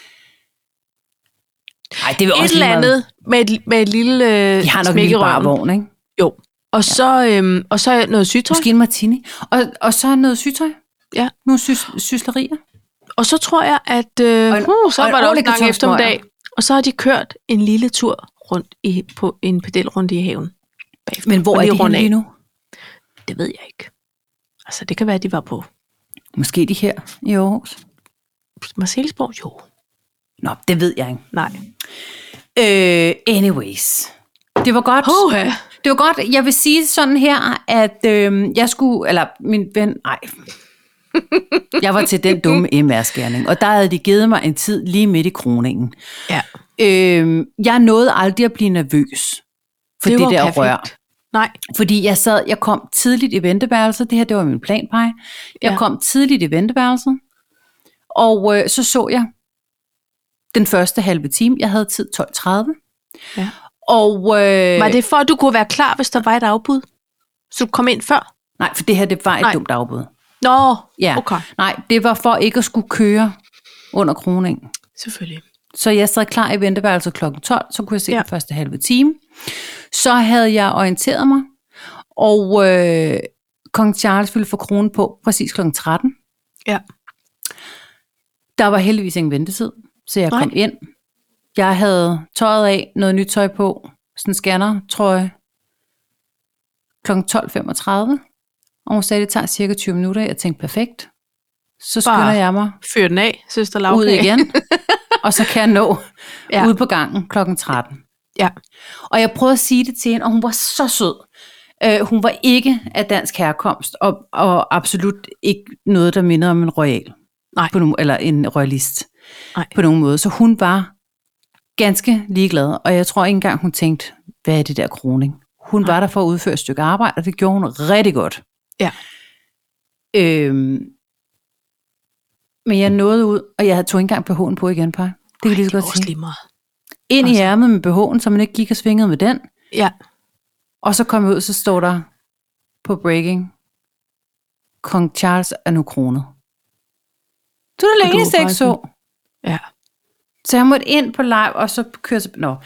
S2: Nej, det vil
S1: Et
S2: også
S1: eller
S2: lige meget-
S1: andet med et, med et lille øh,
S2: De har nok en
S1: smæk i
S2: lille
S1: røven.
S2: barvogn, ikke?
S1: Jo. Og, så, øhm, og så noget sygtøj.
S2: Måske en martini. Og, og så noget sygtøj.
S1: Ja.
S2: Nogle sys- syslerier.
S1: Og så tror jeg, at øh,
S2: Og en-
S1: uh, så
S2: og en
S1: var der også
S2: ordentlig
S1: en lang
S2: karton
S1: eftermiddag. Og så har de kørt en lille tur rundt i, på en pedelrunde i haven. Bagefter.
S2: Men hvor
S1: Og
S2: er
S1: lige
S2: de
S1: rundt
S2: henne lige
S1: af.
S2: nu?
S1: Det ved jeg ikke. Altså, det kan være, at de var på
S2: Måske de her i Aarhus.
S1: Marselisborg. Jo.
S2: Nå, det ved jeg ikke.
S1: Nej.
S2: Øh, anyways. Det var godt.
S1: Puha.
S2: Det var godt. Jeg vil sige sådan her, at øh, jeg skulle, eller min ven, nej. Jeg var til den dumme M R-skærning, og der havde de givet mig en tid lige midt i kroningen.
S1: Ja.
S2: Øh, jeg nåede aldrig at blive nervøs for det,
S1: var
S2: det der
S1: perfekt.
S2: rør.
S1: Nej.
S2: Fordi jeg sad, jeg kom tidligt i venteværelset. Det her, det var min plan, Paj. Jeg
S1: Ja.
S2: kom tidligt i venteværelset, og øh, så så jeg den første halve time. Jeg havde tid tolv tredive.
S1: Ja.
S2: Og, øh,
S1: Var det for, at du kunne være klar, hvis der var et afbud? Så du kom ind før?
S2: Nej, for det her, det var et
S1: Nej.
S2: dumt afbud.
S1: Nå,
S2: Ja.
S1: okay.
S2: Nej, det var for ikke at skulle køre under kroningen.
S1: Selvfølgelig.
S2: Så jeg sad klar i venteværelset klokken tolv, så kunne jeg se
S1: Ja.
S2: ja. den første halve time. Så havde jeg orienteret mig, og øh, kong Charles ville få kronen på præcis klokken tretten.
S1: Ja.
S2: Der var heldigvis ingen ventetid, så jeg
S1: Nej.
S2: kom ind. Jeg havde tøjet af, noget nyt tøj på, sådan en scanner, tror jeg, klokken tolv femogtredive. Og hun sagde, det tager cirka tyve minutter. Jeg tænkte, perfekt. Så skynder
S1: Bare
S2: jeg mig
S1: Fyr den af, søster Lavkage.
S2: ud igen, og så kan jeg nå
S1: Ja.
S2: ja. ude på gangen klokken tretten.
S1: Ja.
S2: Og jeg prøvede at sige det til hende, og hun var så sød. Uh, hun var ikke af dansk herkomst, og, og absolut ikke noget, der minder om en royal.
S1: Nej.
S2: På nogen, eller en royalist.
S1: Nej.
S2: På nogen måde. Så hun var ganske ligeglad, og jeg tror ikke engang, hun tænkte, hvad er det der kroning? Hun
S1: Nej.
S2: var der for at udføre et stykke arbejde, og det gjorde hun rigtig godt.
S1: Ja.
S2: Øhm, men jeg nåede ud, og jeg tog ikke engang B H'en på igen, par. Det kan jeg lige så godt sige.
S1: Lige meget.
S2: Ind i
S1: Altså.
S2: ærmet med B H'en, så man ikke gik og svingede med den.
S1: Ja.
S2: Og så kom jeg ud, så står der på breaking, Kong Charles er nu kronet. Det var det
S1: Og du
S2: eneste,
S1: var
S2: jeg
S1: bare
S2: ikke så.
S1: Ja.
S2: Så jeg måtte ind på live, og så kørte jeg... Nå.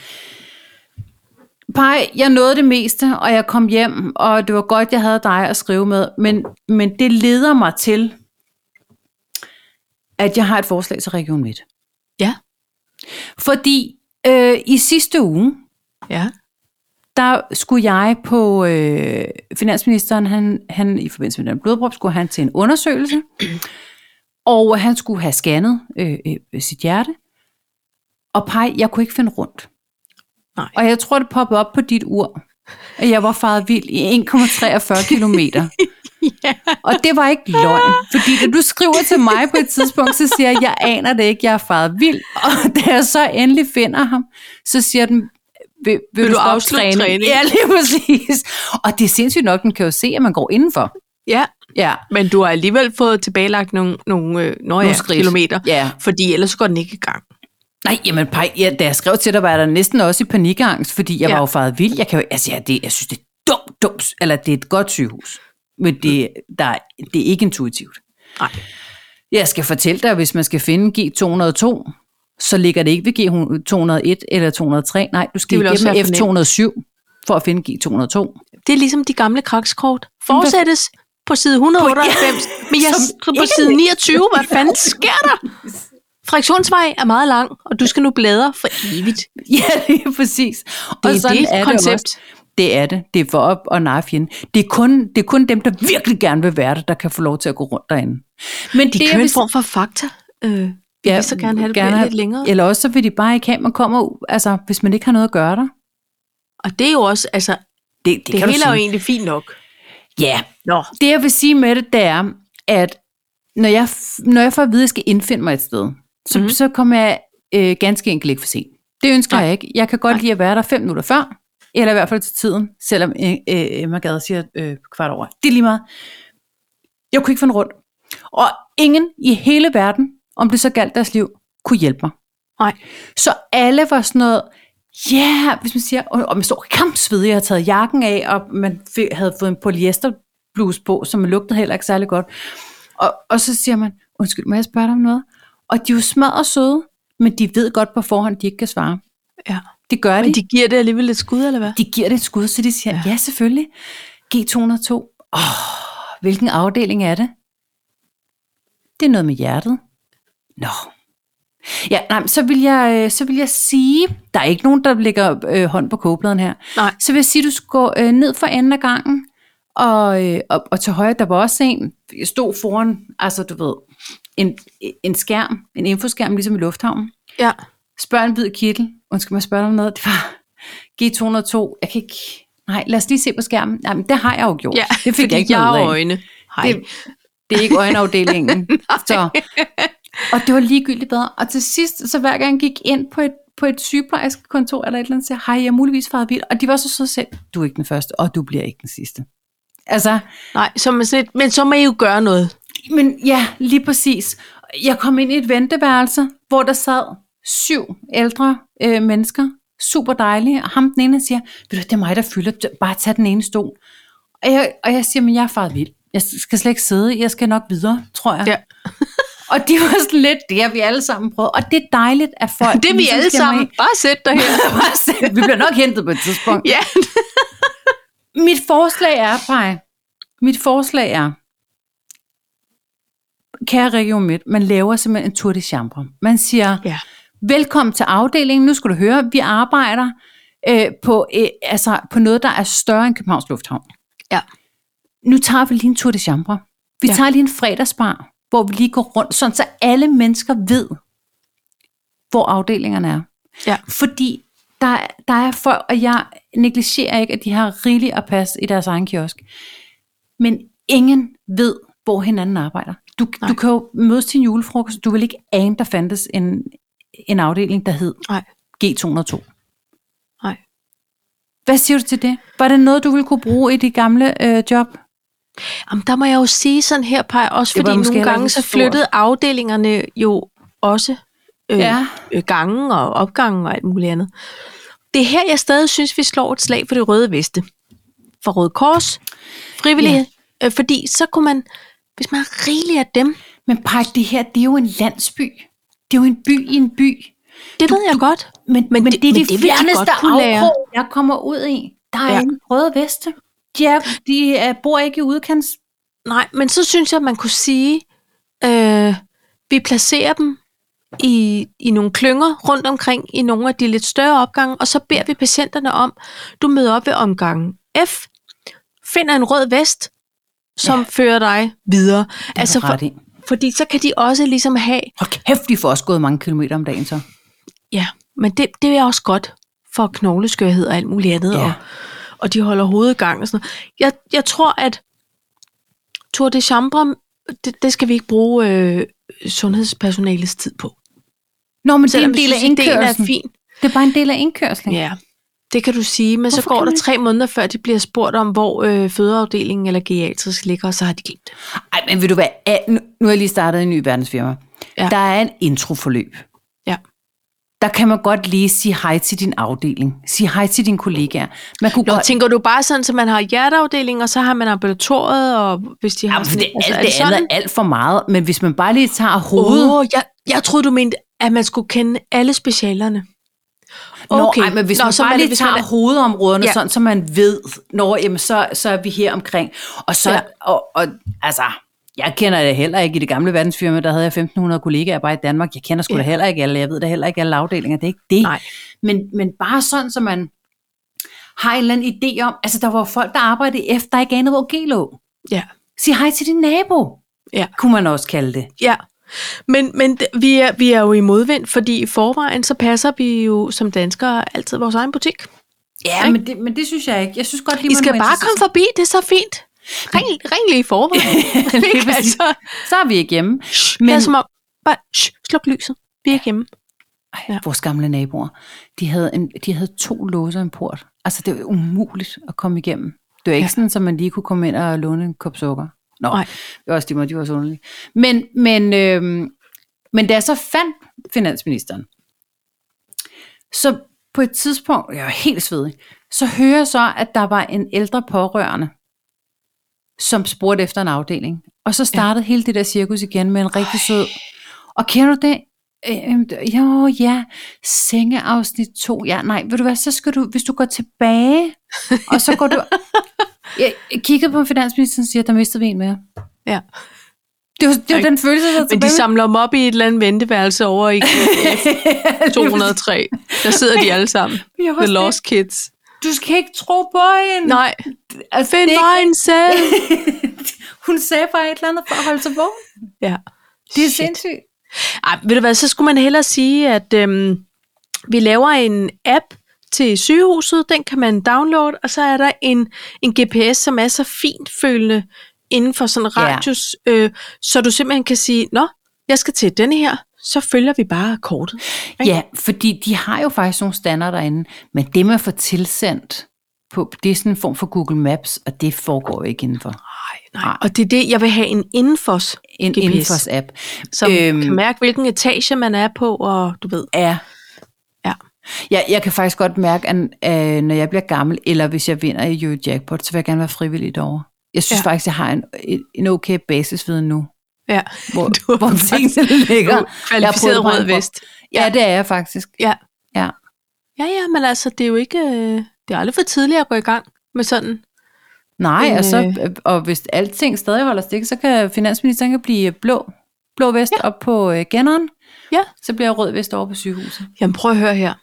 S2: Pej, jeg nåede det meste, og jeg kom hjem, og det var godt, jeg havde dig at skrive med, men, men det leder mig til, at jeg har et forslag til Region Midt.
S1: Ja.
S2: Fordi øh, i sidste uge,
S1: Ja.
S2: der skulle jeg på øh, finansministeren, han, han i forbindelse med den blodprop, skulle han til en undersøgelse, og han skulle have scannet øh, øh, sit hjerte, og pej, jeg kunne ikke finde rundt.
S1: Nej.
S2: Og jeg tror, det poppede op på dit ur, at jeg var faret vild i en komma treogfyrre kilometer.
S1: Ja.
S2: Og det var ikke løgn, fordi da du skriver til mig på et tidspunkt, så siger jeg, jeg aner det ikke, jeg er faret vild. Og da jeg så endelig finder ham, så siger den, vil, vil, vil du, du afslutte træning? træning? Ja, lige præcis. Og det er sindssygt nok, den kan jo se, at man går indenfor.
S1: Ja,
S2: ja.
S1: Men du har alligevel fået tilbagelagt nogle, nogle, øh, nogle ja, kilometer,
S2: ja.
S1: Fordi ellers går den ikke i gang.
S2: Nej, jamen, pej, ja, da jeg skrev til dig, var der næsten også i panikangst, fordi jeg ja. var jo faret vild. Jeg, kan jo, altså, ja, det, jeg synes, det er dumt, dumt, eller det er et godt sygehus. Men det, der, det er ikke intuitivt.
S1: Nej.
S2: Jeg skal fortælle dig, at hvis man skal finde G to hundrede og to, så ligger det ikke ved G to hundrede og et eller to hundrede og tre. Nej, du skal igennem F to hundrede og syv for at finde G to hundrede og to.
S1: Det er ligesom de gamle krakskort. Fortsættes på side et hundrede og otteoghalvfems, men jeg på side niogtyve. Hvad fanden sker der? Fraktionsvej er meget lang, og du skal nu bladre for evigt.
S2: Ja, lige præcis. Og
S1: det er sådan det er koncept.
S2: Det, det er det. Det er for op og narre fjenden. Det er, kun, det er kun dem, der virkelig gerne vil være der, der kan få lov til at gå rundt derinde.
S1: Men de kører en form for fakta. Øh, ja, vil så gerne have det gerne lidt længere.
S2: Eller også så vil de bare ikke have, man kommer, altså hvis man ikke har noget at gøre der.
S1: Og det er jo også, altså, det, det, det hele er jo egentlig fint nok.
S2: Ja, Nå. Det jeg vil sige med det, det er, at når jeg, når jeg får at vide, at jeg skal indfinde mig et sted, så, mm. så kommer jeg øh, ganske enkelt ikke for sent. Det ønsker Nej. jeg ikke. Jeg kan godt Nej. lide at være der fem minutter før, eller i hvert fald til tiden, selvom øh, Emma Gade siger øh, kvart over. Det er lige meget. Jeg kunne ikke finde rundt. Og ingen i hele verden, om det så galt deres liv, kunne hjælpe mig.
S1: Nej.
S2: Så alle var sådan noget, ja, yeah, hvis man siger, og man står kampsvedig, jeg har taget jakken af, og man fik, havde fået en polyesterbluse på, som lugtede heller ikke særlig godt. Og, og så siger man, undskyld, må jeg spørge dig om noget? Og de er jo smadret søde, men de ved godt på forhånd, de ikke kan svare.
S1: Ja.
S2: Det gør de.
S1: Men de giver det alligevel et skud, eller hvad?
S2: De giver det et skud, så de siger, ja, ja selvfølgelig. G to hundrede og to. Åh, hvilken afdeling er det? Det er noget med hjertet. Nå. Ja, nej, så vil jeg, så vil jeg sige, der er ikke nogen, der lægger øh, hånd på kogepladen her.
S1: Nej.
S2: Så vil jeg sige, du skal gå øh, ned for enden af gangen, og, øh, og, og til højre, der var også en, jeg stod foran, altså du ved, en, en skærm, en infoskærm, ligesom i lufthavnen.
S1: Ja.
S2: Spørg en hvid kittel. Undskyld mig, spørge om noget. Det var G to hundrede og to. Jeg kan ikke... Nej, lad os lige se på skærmen. Jamen, det har jeg jo gjort.
S1: Ja,
S2: det fik jeg ikke noget af.
S1: øjne.
S2: Det, det er ikke øjenafdelingen. Så, og det var ligegyldigt bedre. Og til sidst, så hver gang jeg gik ind på et, på et sygeplejerskekontor, eller et eller andet, så hej, jeg er muligvis faret vild. Og de var så så selv, du er ikke den første, og du bliver ikke den sidste. Altså...
S1: Nej, så man sådan, men så må I jo gøre noget.
S2: Men ja, lige præcis. Jeg kom ind i et venteværelse, hvor der sad syv ældre øh, mennesker, super dejlige, og ham den ene siger, ved du, det er mig, der fylder, bare tag den ene stol. Og jeg, og jeg siger, men jeg er faret vild. Jeg skal slet ikke sidde, jeg skal nok videre, tror jeg.
S1: Ja.
S2: Og de var sådan lidt, det har vi alle sammen prøvet, og det er dejligt, at folk...
S1: Det er vi alle sammen, bare sæt dig her.
S2: Vi bliver nok hentet på et tidspunkt.
S1: Ja.
S2: Mit forslag er, Paj, mit forslag er, kære Region Midt, man laver simpelthen en tour de chambre. Man siger, ja. Velkommen til afdelingen, nu skal du høre, vi arbejder øh, på, øh, altså, på noget, der er større end Københavns Lufthavn.
S1: Ja.
S2: Nu tager vi lige en tour de chambre. Vi ja. tager lige en fredagsbar, hvor vi lige går rundt, sådan så alle mennesker ved, hvor afdelingerne er.
S1: Ja.
S2: Fordi der, der er folk, og jeg negligerer ikke, at de har rigeligt at passe i deres egen kiosk. Men ingen ved, hvor hinanden arbejder. Du, du kan jo mødes til en julefrokost, du vil ikke ane, der fandtes en, en afdeling, der hed
S1: Nej.
S2: G to hundrede og to.
S1: Nej.
S2: Hvad siger du til det? Var det noget, du ville kunne bruge i dit gamle øh, job?
S1: Jamen, der må jeg jo sige sådan her, Paj, også fordi nogle gange så flyttede afdelingerne jo også øh, ja. gange og opgangen og alt muligt andet. Det er her, jeg stadig synes, vi slår et slag for det røde veste. For Røde Kors, frivillighed, ja. øh, fordi så kunne man, hvis man har rigeligt af dem.
S2: Men Paj, det her, det er jo en landsby. Det er jo en by i en by.
S1: Det du, ved jeg du, godt.
S2: Men, men, men det er de fjerneste afkrog, jeg kommer ud i. Der er ja. en røde veste. De, er, de er, bor ikke i udkants.
S1: Nej, men så synes jeg, at man kunne sige, øh, vi placerer dem i, i nogle klynger rundt omkring i nogle af de lidt større opgange, og så beder vi patienterne om, du møder op ved omgangen F, finder en rød vest, som ja. fører dig videre. Altså for, fordi så kan de også ligesom have...
S2: Hold kæft, de får også gået mange kilometer om dagen så.
S1: Ja, men det, det er også godt for knogleskørhed og alt muligt andet, ja. og, og de holder hovedet i gang og sådan noget. Jeg, jeg tror, at Tour de Chambre, det, det skal vi ikke bruge øh, sundhedspersonalets tid på.
S2: Nå, men Selvom det er en del af indkørslen.
S1: Er fin.
S2: Det er bare en del af indkørslen.
S1: Ja, det kan du sige, men Hvorfor så går der tre måneder, før de bliver spurgt om, hvor øh, fødeafdelingen eller geriatrisk ligger, og så har de glemt det.
S2: Ej, men ved du hvad, nu, nu har jeg lige startet en ny verdensfirma. Ja. Der er en introforløb.
S1: Ja.
S2: Der kan man godt lige sige hej til din afdeling. Sige hej til dine kollegaer. Man kunne
S1: Nå,
S2: godt...
S1: tænker du bare sådan, så man har hjerteafdeling, og så har man ambulatoriet, og hvis de har...
S2: Jamen, for det, altså, alt, det, er det andet er alt for meget, men hvis man bare lige tager hovedet...
S1: Åh, oh, jeg, jeg troede, du mente, at man skulle kende alle specialerne.
S2: Okay. Nå, ej, men hvis Nå, man bare lige det, tager man... hovedområderne, ja. sådan, så man ved, når, jamen, så, så er vi her omkring. Og så, ja. og, og altså... Jeg kender det heller ikke. I det gamle verdensfirma, der havde jeg femten hundrede kollegaer bare i Danmark. Jeg kender sgu ja. da heller ikke alle. Jeg ved da heller ikke alle afdelinger. Det er ikke det.
S1: Nej.
S2: Men, men bare sådan, så man har en eller anden idé om, altså der var folk, der arbejdede efter, der ikke anede, hvor G lå.
S1: Ja.
S2: Sig hej til din nabo.
S1: Ja.
S2: Kunne man også kalde det.
S1: Ja. Men, men vi, er, vi er jo i modvind, fordi i forvejen, så passer vi jo som danskere altid vores egen butik.
S2: Ja, men det, men det synes jeg ikke. Jeg synes godt lige,
S1: I skal bare komme forbi, det er så fint. Ring, ring lige i forvejen.
S2: altså, så er vi ikke hjemme.
S1: Men... Det er som om, bare shh, sluk lyset. Vi er ikke hjemme.
S2: Ej, ja. Vores gamle naboer, de havde, en, de havde to låser i en port. Altså, det var umuligt at komme igennem. Det var ikke ja. sådan, at man lige kunne komme ind og låne en kop sukker. Nå, Nej. det var også de, de var så underlige. Men, men, øhm, men da jeg så fandt finansministeren, så på et tidspunkt, jeg var helt svedig, så hører jeg så, at der var en ældre pårørende, som spurgte efter en afdeling. Og så startede ja. hele det der cirkus igen med en rigtig sød. Og kender du det? Øh, jo, ja. Sengeafsnit to. Ja, nej, ved du hvad, så skal du, hvis du går tilbage, og så går du... Jeg kiggede på finansministeren og siger, der mistede vi en mere.
S1: Ja.
S2: Det var, det var den følelse, der
S1: Men de samler dem op i et eller andet venteværelse over i to hundrede og tre. Der sidder de alle sammen. The Lost Kids.
S2: Du skal ikke tro på hende.
S1: Nej,
S2: altså,
S1: find vejen selv.
S2: Hun sagde bare et eller andet for at holde sig vågen.
S1: Ja.
S2: Det er Shit. sindssygt.
S1: Ej, ved du hvad, så skulle man hellere sige, at øhm, vi laver en app til sygehuset. Den kan man downloade, og så er der en, en G P S, som er så fint følende inden for sådan en radius, ja. øh, så du simpelthen kan sige, nå, jeg skal til denne her. Så følger vi bare kortet. Ikke?
S2: Ja, fordi de har jo faktisk nogle standarder derinde, men det man får tilsendt, på, det er sådan en form for Google Maps, og det foregår jo ikke indenfor.
S1: Nej, nej. Og det er det, jeg vil have en Infos
S2: en
S1: G P S.
S2: Infos app.
S1: Som øhm, kan mærke, hvilken etage man er på, og du ved.
S2: Ja.
S1: Ja.
S2: Jeg, jeg kan faktisk godt mærke, at øh, når jeg bliver gammel, eller hvis jeg vinder i Eurojackpot, så vil jeg gerne være frivillig derovre. Jeg synes ja. faktisk, jeg har en, en okay basisviden nu.
S1: Ja,
S2: hvor, du hvor tingene ligger.
S1: Kvalificeret rød vest.
S2: Ja. ja, det er jeg faktisk.
S1: Ja.
S2: Ja.
S1: Ja, ja, men altså, det er jo ikke, det er aldrig for tidligt at gå i gang med sådan.
S2: Nej, en, og, så, og hvis alting stadig holder stik, så kan finansministeren kan blive blå, blå vest ja. op på uh, genneren.
S1: Ja.
S2: Så bliver jeg rød vest over på sygehuset.
S1: Jamen, prøv at høre her.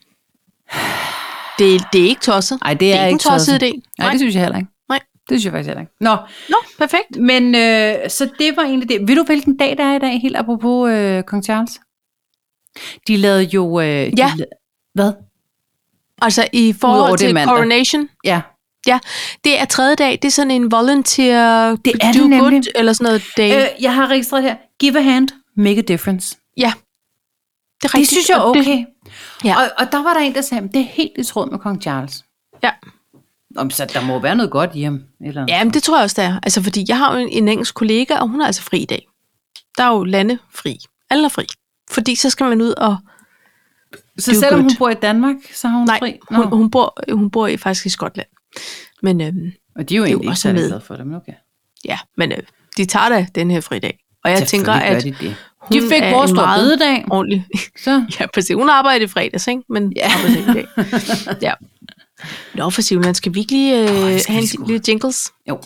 S1: Det, det er ikke tosset.
S2: Nej, det er, det er ikke tosset idé. Nej,
S1: Nej,
S2: det synes jeg heller ikke.
S1: Nej.
S2: Det synes jeg faktisk heller ikke. Nå,
S1: Nå perfekt.
S2: Men øh, så det var egentlig det. Ved du, hvilken dag der er i dag, helt apropos øh, Kong Charles? De lavede jo... Øh,
S1: ja.
S2: De lavede, hvad?
S1: Altså i forhold til coronation?
S2: Ja.
S1: Ja, det er tredje dag. Det er sådan en volunteer
S2: det er
S1: do
S2: det nemlig.
S1: good, eller sådan noget day.
S2: Øh, jeg har registreret her. Give a hand, make a difference.
S1: Ja.
S2: Det, det synes jeg er okay.
S1: Ja.
S2: Og, og der var der en, der sagde, det er helt i tråd med Kong Charles.
S1: Ja.
S2: Om, så der må være noget godt i ham. Eller
S1: ja, men det tror jeg også, der er. Altså, fordi jeg har jo en, en engelsk kollega, og hun er altså fri i dag. Der er jo lande fri. Alle er fri. Fordi så skal man ud og...
S2: Så selvom good. Hun bor i Danmark, så har hun
S1: Nej,
S2: fri?
S1: Nej, hun, hun, bor, hun bor i, faktisk i Skotland. Men, øhm,
S2: og de er jo egentlig ikke særlig glade for det, men okay.
S1: Ja, men øh, de tager da den her fridag. Og jeg tænker, at
S2: de, det. de fik vores store bededag.
S1: Ordentlig. Så. Ja, præcis. Hun arbejder i fredags, ikke? Men
S2: ja.
S1: arbejder i dag. Ja. Nå, for Simon, skal vi ikke lige øh, oh, have en lille jingles?
S2: Jo.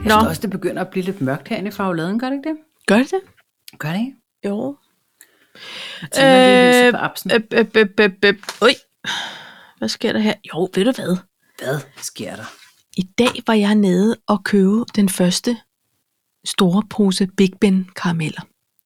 S1: Nå,
S2: også, det begynder at blive lidt mørkt herinde i Fagladen, gør det ikke det?
S1: gør det det?
S2: Gør det ikke?
S1: Jo.
S2: Jeg tænder lige lyset på apsen.
S1: Øh, øh, øh, øh, øh. Ui. Hvad sker der her? Jo, ved du hvad?
S2: Hvad sker der?
S1: I dag var jeg nede og købe den første store pose Big Ben karameller.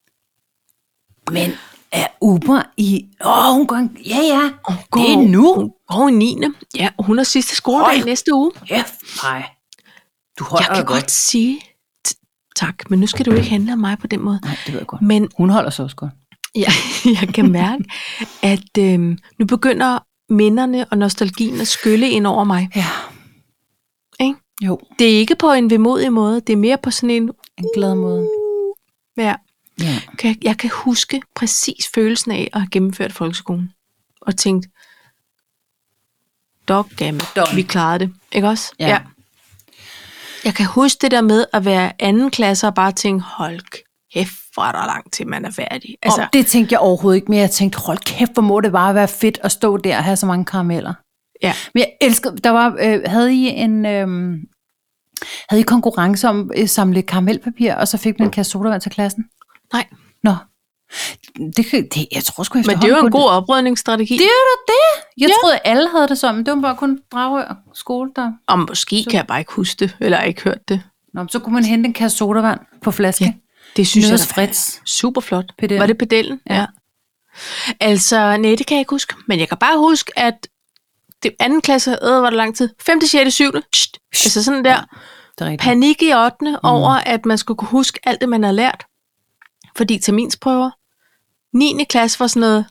S2: Men er Uber i... Åh, oh, hun går... Ja, ja,
S1: Hun
S2: det er nu.
S1: Hun går i niende Ja, og hun har sidste skoledag
S2: Hold.
S1: næste uge.
S2: Ja, nej. Du holder
S1: Jeg kan
S2: dig
S1: godt sige t- tak, men nu skal du ikke handle om mig på den måde.
S2: Nej, det ved jeg godt.
S1: Men
S2: Hun holder sig også godt.
S1: jeg, jeg kan mærke, at øhm, nu begynder minderne og nostalgien at skylle ind over mig.
S2: Ja.
S1: Ikke?
S2: Jo,
S1: Det er ikke på en vemodig måde, det er mere på sådan en...
S2: en glad måde.
S1: Ja.
S2: Ja.
S1: Jeg, jeg kan huske præcis følelsen af at have gennemført folkeskolen. Og tænkt, doggammit, vi klarede det. Ikke også?
S2: Ja. ja.
S1: Jeg kan huske det der med at være anden klasse og bare tænke, hold kæft, hvor er der langt til, man er færdig.
S2: Altså, og det tænkte jeg overhovedet ikke mere. Jeg tænkte, hold kæft, hvor må det bare være fedt at stå der og have så mange karameller.
S1: Ja.
S2: Men jeg elskede, der var, øh, havde I en... Øh, havde I konkurrence om at samle karamelpapir, og så fik man en kasse sodavand til klassen?
S1: Nej.
S2: Nå. Det, det, jeg tror sgu
S1: Men det er jo en god oprydningsstrategi.
S2: Det er da det. Jeg
S1: Ja.
S2: troede, alle havde det sådan, men det var bare kun Dragør skole, der...
S1: Og måske så. Kan jeg bare ikke huske det, eller ikke hørt det.
S2: Nå, så kunne man hente en kasse sodavand på flaske.
S1: Ja, det synes
S2: Nede
S1: jeg
S2: hos
S1: er
S2: Fritz.
S1: super flot.
S2: Pedellen.
S1: Var det pedellen?
S2: Ja.
S1: Ja. Altså, nej, det kan jeg ikke huske. Men jeg kan bare huske, at det anden klasse, øh, var der lang tid. femte, sjette, syvende Altså sådan der.
S2: Ja, det er rigtigt.
S1: Panik i ottende Mm. over, at man skulle kunne huske alt det, man havde lært. Fordi terminsprøver. niende klasse var sådan noget,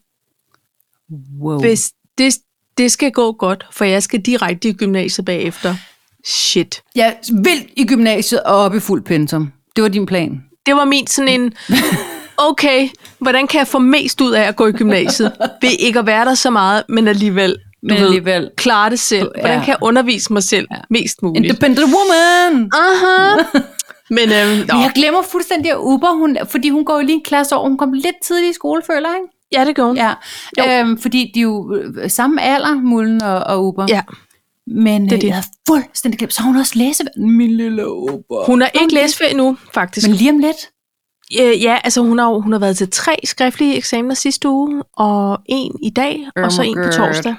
S2: Wow.
S1: hvis det, det skal gå godt, for jeg skal direkte i gymnasiet bagefter. Shit.
S2: Jeg vil i gymnasiet og op i fuld pensum. Det var din plan.
S1: Det var min sådan en, okay, hvordan kan jeg få mest ud af at gå i gymnasiet? Ved ikke at være der så meget, men alligevel, du
S2: Men
S1: ved,
S2: alligevel.
S1: klare det selv. Hvordan
S2: Ja.
S1: kan jeg undervise mig selv ja. mest muligt?
S2: Independent woman!
S1: Aha. Men, øhm,
S2: Men jeg glemmer fuldstændig, at Uber, hun, fordi hun går jo lige en klasse over, hun kom lidt tidligt i skole, føler jeg, ikke?
S1: ja, det gør hun.
S2: Ja, øhm, fordi de er jo øh, samme alder, Mullen og, og Uber.
S1: Ja.
S2: Men
S1: Det er
S2: øh,
S1: det.
S2: jeg havde fuldstændig glemt, så har hun også læse min lille Uber.
S1: Hun har ikke læsferie nu, faktisk.
S2: Men lige om lidt.
S1: Øh, ja, altså hun har, hun har været til tre skriftlige eksamener sidste uge, og en i dag, og så en på
S2: Ømmergørt.
S1: torsdag.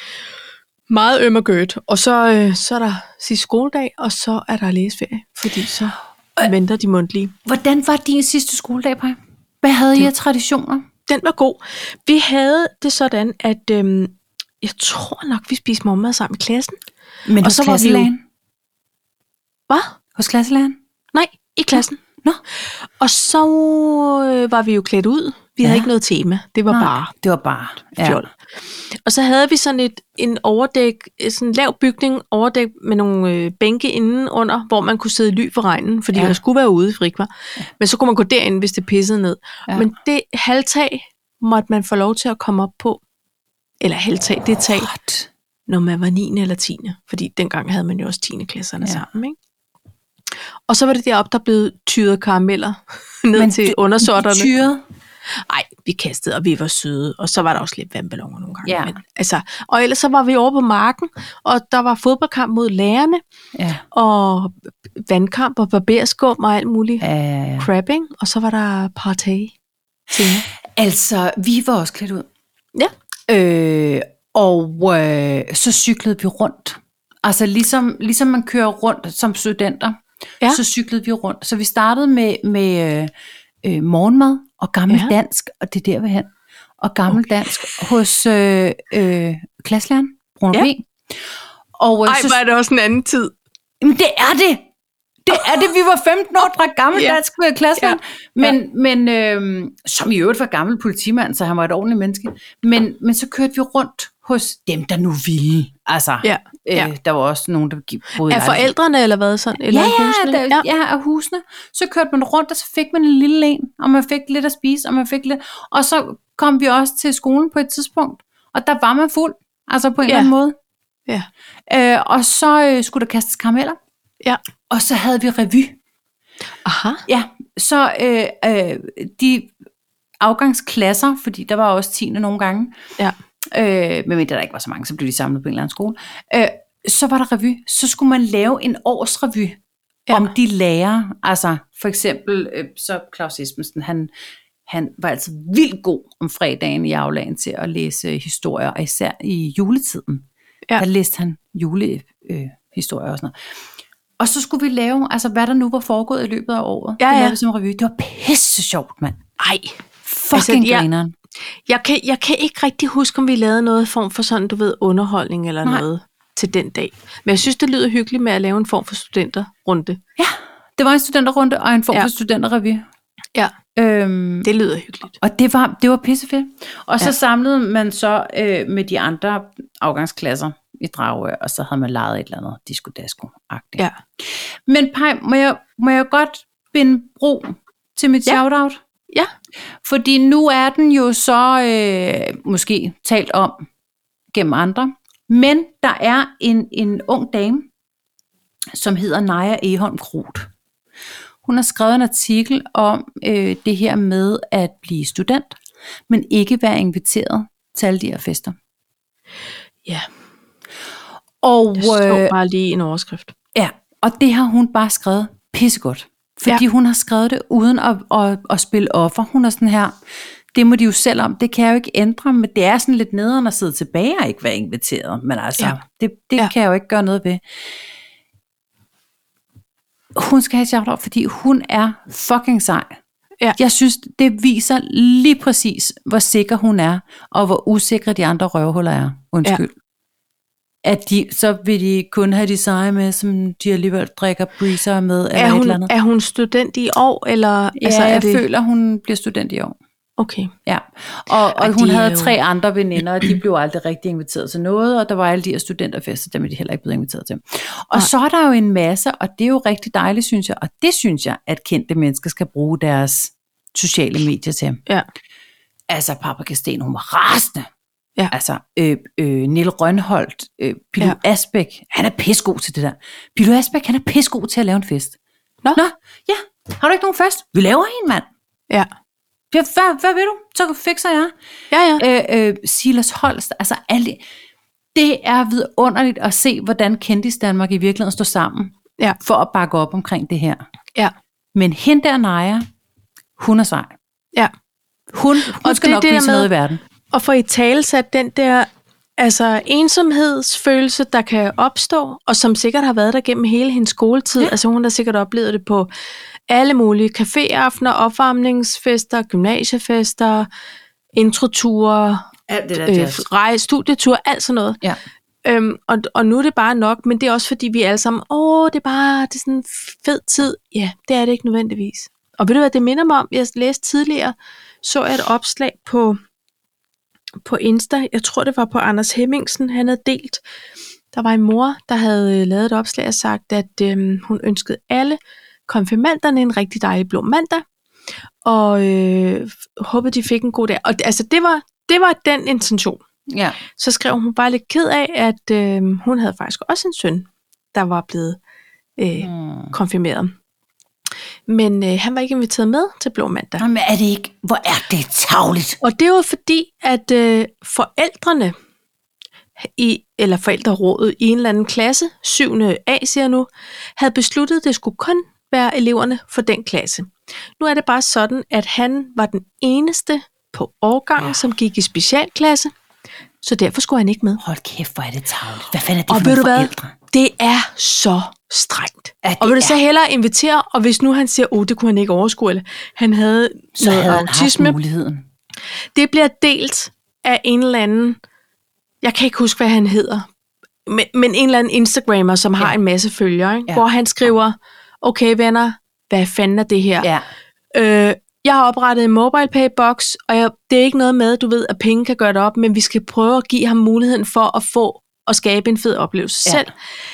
S1: Meget ømmergørt. Og så, øh, så er der sidste skoledag, og så er der læsferie, fordi så øh. venter de mundtlige.
S2: Hvordan var din sidste skoledag, Paj? Hvad havde I af traditioner?
S1: Den var god. Vi havde det sådan, at øhm, jeg tror nok, vi spiste morgenmad sammen i klassen.
S2: Men
S1: Og
S2: hos
S1: så var vi jo-
S2: klasselægen?
S1: Hvad?
S2: Hos klasselægen?
S1: Nej, i klassen.
S2: Nå.
S1: Og så øh, var vi jo klædt ud. Vi
S2: Ja.
S1: havde ikke noget tema. Det var
S2: Nej,
S1: bare
S2: det var bare
S1: fjol. Og så havde vi sådan et en overdæk, sådan en lav bygning, overdæk med nogle øh, bænke inden under, hvor man kunne sidde i ly for regnen, fordi
S2: Ja.
S1: der skulle være ude i frikvar.
S2: Ja.
S1: Men så kunne man gå derind, hvis det pissede ned.
S2: Ja.
S1: Men det halvtag måtte man få lov til at komme op på. Eller halvtag, det tag,
S2: What?
S1: når man var niende eller tiende Fordi dengang havde man jo også tiende klasserne
S2: Ja.
S1: ja. sammen, ikke? Og så var det deroppe, der blev tyret karameller ned
S2: Men
S1: til
S2: det-
S1: undersorterne.
S2: Tyret?
S1: Nej, vi kastede, og vi var søde. Og så var der også lidt vandballoner nogle gange.
S2: Ja.
S1: Men, altså, og ellers så var vi over på marken, og der var fodboldkamp mod lærerne,
S2: Ja.
S1: og vandkamp og barberskum og alt muligt.
S2: Uh,
S1: Crab, ikke? Og så var der party.
S2: altså, vi var også klædt ud.
S1: Ja.
S2: Øh, og øh, så cyklede vi rundt. Altså ligesom, ligesom man kører rundt som studenter,
S1: Ja.
S2: så cyklede vi rundt. Så vi startede med, med øh, øh, morgenmad og gammel
S1: Ja.
S2: dansk, og det er der vi er hen. Og gammel okay. dansk hos øh, øh, klasselæreren, Bruno
S1: Ja.
S2: B. Og, øh,
S1: Ej,
S2: så,
S1: var det også en anden tid.
S2: jamen, det er det! Det er det, vi var femten år fra gammel
S1: Ja.
S2: dansk med klasselærer.
S1: Ja.
S2: Men, men øh, som i øvrigt var gammel politimand, så han var et ordentligt menneske. Men, men så kørte vi rundt hos dem, der nu ville. Altså,
S1: Ja.
S2: øh,
S1: Ja.
S2: der var også nogen, der gik boede i
S1: Er
S2: lejlighed.
S1: forældrene eller hvad sådan? Eller
S2: Ja, ja,
S1: husene?
S2: der, ja, af husene. Så kørte man rundt, og så fik man en lille en, og man fik lidt at spise, og man fik lidt. Og så kom vi også til skolen på et tidspunkt, og der var man fuld, altså på en
S1: Ja.
S2: eller anden måde.
S1: Ja.
S2: Øh, og så øh, skulle der kastes karameller.
S1: Ja.
S2: Og så havde vi revy.
S1: Aha.
S2: Ja, så øh, øh, de afgangsklasser, fordi der var også tiende nogle gange,
S1: Ja.
S2: øh, medmindre der ikke var så mange, så blev de samlet på en eller anden skole, øh, så var der revy. Så skulle man lave en årsrevy Ja. Om de lærer, altså for eksempel, øh, så Claus Esbensen, han, han var altså vildt god om fredagen i aflagen til at læse historier, og især i juletiden. Ja. Der læste han julehistorier øh, og sådan noget. Og så skulle vi lave, altså hvad der nu var foregået i løbet af året.
S1: Ja, ja.
S2: Det lavede vi som revy. Det var pisse sjovt, mand.
S1: Ej.
S2: Fucking altså, grineren.
S1: Jeg, jeg, kan, jeg kan ikke rigtig huske, om vi lavede noget form for sådan, du ved, underholdning eller Nej. noget til den dag. Men jeg synes, det lyder hyggeligt med at lave en form for studenterrunde.
S2: Ja, det var en studenterrunde og en form ja. for studenterrevy.
S1: Ja, øhm, det lyder hyggeligt.
S2: Og det var, det var pissefedt. Og så ja. samlede man så øh, med de andre afgangsklasser i Dragør, og så havde man lejet et eller andet disco-dasko-agtigt.
S1: Ja.
S2: Men Paj, må jeg, må jeg godt binde bro til mit ja. shout-out?
S1: Ja.
S2: Fordi nu er den jo så øh, måske talt om gennem andre, men der er en, en ung dame, som hedder Naja Egholm Groth. Hun har skrevet en artikel om øh, det her med at blive student, men ikke være inviteret til alle de her fester.
S1: Ja.
S2: Og,
S1: det står øh, bare lige en overskrift.
S2: Ja, og det har hun bare skrevet pissegodt. Fordi ja. hun har skrevet det uden at, at, at spille offer. Hun er sådan her, det må de jo selv om, det kan jeg jo ikke ændre, men det er sådan lidt nederen at sidde tilbage og ikke være inviteret. Men altså, ja. det, det ja. kan jeg jo ikke gøre noget ved. Hun skal have shout-out, fordi hun er fucking sej. Ja. Jeg synes, det viser lige præcis, hvor sikker hun er, og hvor usikre de andre røvhuller er. Undskyld. Ja. At de, så vil de kun have de seje med, som de alligevel drikker breezer med, eller
S1: er hun,
S2: et eller andet.
S1: Er hun student i år, eller?
S2: Ja,
S1: altså, er
S2: jeg
S1: det...
S2: føler, hun bliver student i år.
S1: Okay.
S2: Ja, og, og hun havde
S1: jo...
S2: tre andre veninder, og de blev aldrig rigtig inviteret til noget, og der var alle de her studenterfester, dem er de heller ikke blevet inviteret til. Og Nej. så er der jo en masse, og det er jo rigtig dejligt, synes jeg, og det synes jeg, at kendte mennesker skal bruge deres sociale medier til.
S1: Ja.
S2: Altså, Paprika Steen, hun var rasende.
S1: Ja.
S2: Altså, øh, øh, Niel Rønholdt, øh, Pilo ja. Asbæk, han er pissegod til det der. Pilo Asbæk, han er pissegod til at lave en fest.
S1: Nå?
S2: Nå, ja, har du ikke nogen fest? Vi laver en, mand.
S1: Ja.
S2: Hvad, hvad vil du? Så fikser jeg.
S1: Ja, ja.
S2: Øh, øh, Silas Holst, altså alle. Det er vidunderligt at se, hvordan Kendis Danmark i virkeligheden står sammen,
S1: ja.
S2: for at bakke op omkring det her.
S1: Ja.
S2: Men hende der Naja, hun er sej.
S1: Ja.
S2: Hun, hun og skal det, nok det vise noget i verden.
S1: Og for i tale sat den der altså ensomhedsfølelse, der kan opstå, og som sikkert har været der gennem hele hendes skoletid. Ja. Altså hun har sikkert oplevet det på alle mulige caféaftener, opvarmningsfester, gymnasiefester, introture,
S2: alt det der
S1: øh, rejse, studieture, alt sådan noget.
S2: Ja.
S1: Øhm, og, og nu er det bare nok, men det er også fordi, vi alle sammen, åh, det er bare det er sådan en fed tid. Ja, det er det ikke nødvendigvis. Og ved du hvad, det minder mig om, jeg læste tidligere, så jeg et opslag på, på Insta, jeg tror det var på Anders Hemmingsen, han havde delt. Der var en mor, der havde lavet et opslag og sagt, at øhm, hun ønskede alle konfirmanderne en rigtig dejlig blå mandag, og øh, håbede, de fik en god dag. Og altså, det var, det var den intention.
S2: Ja.
S1: Så skrev hun bare lidt ked af, at øh, hun havde faktisk også en søn, der var blevet øh, hmm. konfirmeret. Men øh, han var ikke inviteret med til blå mandag.
S2: Jamen er det ikke, hvor er det tarveligt.
S1: Og det var fordi, at øh, forældrene, i, eller forældrerådet i en eller anden klasse, syvende A siger nu, havde besluttet, at det skulle kun være eleverne for den klasse. Nu er det bare sådan, at han var den eneste på årgangen, ja. som gik i specialklasse, så derfor skulle han ikke med.
S2: Hold kæft, hvor er det tarveligt. Hvad fanden er det
S1: og
S2: for nogle
S1: forældre? Det er så strengt.
S2: Ja,
S1: og vil du
S2: er...
S1: så hellere invitere, og hvis nu han siger, oh, det kunne han ikke overskue, eller han havde
S2: så
S1: noget
S2: havde
S1: autisme,
S2: muligheden.
S1: Det bliver delt af en eller anden, jeg kan ikke huske, hvad han hedder, men, men en eller anden Instagrammer, som har ja. en masse følgere, ikke? Ja. Hvor han skriver, okay venner, hvad fanden er det her?
S2: Ja.
S1: Øh, jeg har oprettet en MobilePay-box, og jeg, det er ikke noget med, du ved, at penge kan gøre det op, men vi skal prøve at give ham muligheden for at få og skabe en fed oplevelse ja. selv.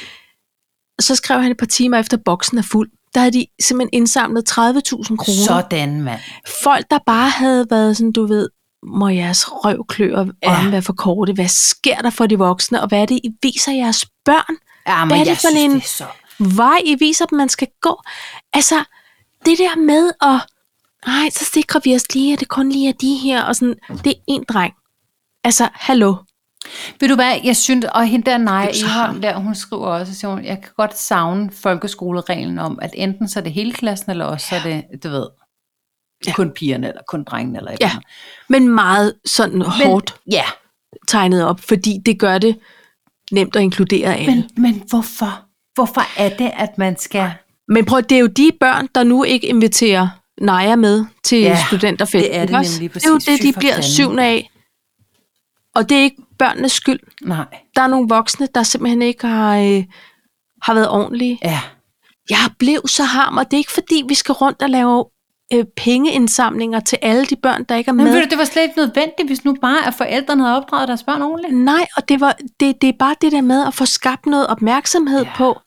S1: Så skrev han et par timer efter, boksen er fuld. Der havde de simpelthen indsamlet tredive tusind kroner.
S2: Sådan, mand.
S1: Folk, der bare havde været sådan, du ved, må jeres røv klø og ja. være for korte. Hvad sker der for de voksne? Og hvad er det, I viser jeres børn?
S2: Ja,
S1: hvad er det for
S2: synes,
S1: en
S2: det så...
S1: vej, I viser dem, man skal gå? Altså, det der med at, nej, så sikrer vi os lige, at det kun lige er de her, og sådan, det er en dreng. Altså, hallo.
S2: Ved du hvad, jeg synes, og hende der Naja Egholm der, hun skriver også, siger hun, jeg kan godt savne folkeskolereglen om, at enten så er det hele klassen, eller også så er det, du ved, ja. kun pigerne, eller kun drengene, eller et
S1: ja.
S2: eller andet.
S1: Men meget sådan men, hårdt
S2: ja.
S1: tegnet op, fordi det gør det nemt at inkludere alle.
S2: Men, men hvorfor? Hvorfor er det, at man skal...
S1: Men prøv, det er jo de børn, der nu ikke inviterer Naja med til
S2: ja,
S1: studenterfest.
S2: det er det nemlig præcis.
S1: Det er jo det, de bliver syvende af. Og det er ikke børnenes skyld.
S2: Nej.
S1: Der er nogle voksne, der simpelthen ikke har, øh, har været ordentlige.
S2: Ja.
S1: Jeg blev så hammer. Det er ikke fordi, vi skal rundt og lave øh, pengeindsamlinger til alle de børn, der ikke er med.
S2: Men ved du, det var slet ikke nødvendigt, hvis nu bare at forældrene havde opdraget deres børn ordentligt.
S1: Nej, og det, var, det, det er bare det der med at få skabt noget opmærksomhed ja. på.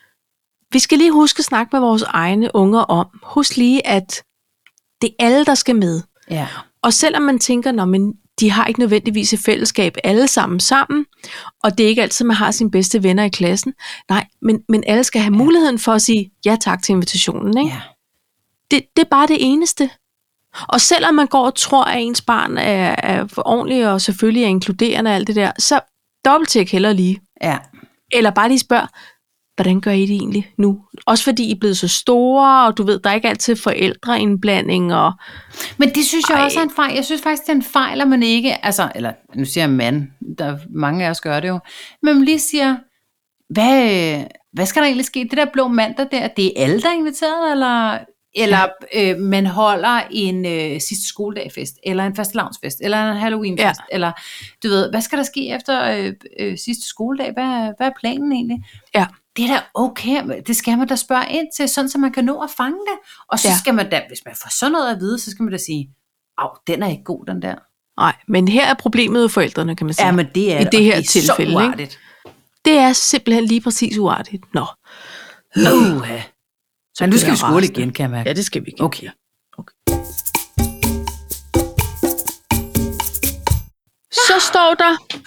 S1: Vi skal lige huske at snakke med vores egne unger om. Husk lige, at det er alle, der skal med.
S2: Ja.
S1: Og selvom man tænker, nå, men de har ikke nødvendigvis et fællesskab alle sammen sammen, og det er ikke altid, man har sine bedste venner i klassen. Nej, men, men alle skal have ja. muligheden for at sige ja tak til invitationen. Ikke?
S2: Ja.
S1: Det, det er bare det eneste. Og selvom man går og tror, at ens barn er, er ordentlig og selvfølgelig er inkluderende og alt det der, så dobbelttjek heller lige.
S2: Ja.
S1: Eller bare lige spørg, hvordan gør I det egentlig nu? Også fordi I er blevet så store, og du ved, der er ikke altid forældreindblanding. Og...
S2: Men det synes jeg Ej. også er en fejl. Jeg synes faktisk, det er en fejl, at man ikke, altså, eller nu siger jeg mand, der mange af os gør det jo, men man lige siger, hvad, hvad skal der egentlig ske? Det der blå mandag der, det er alle, der er inviteret, eller... Eller ja. øh, man holder en øh, sidste skoledagfest, eller en fastelavnsfest, eller en Halloweenfest, ja. eller du ved, hvad skal der ske efter øh, øh, sidste skoledag? Hvad, hvad er planen egentlig?
S1: Ja.
S2: Det er da okay, det skal man da spørge ind til, sådan så man kan nå at fange det. Og så ja. skal man da, hvis man får sådan noget at vide, så skal man da sige, au, den er ikke god, den der.
S1: Nej, men her er problemet med forældrene, kan man sige.
S2: Ja, men det er
S1: i det her
S2: det er
S1: tilfælde.
S2: Så uartigt.
S1: Det er simpelthen lige præcis uartigt. Nå.
S2: Uh, Så nu skal vi skole igen, kan jeg mærke.
S1: Ja, det skal vi igen.
S2: Okay.
S1: okay. Så står der,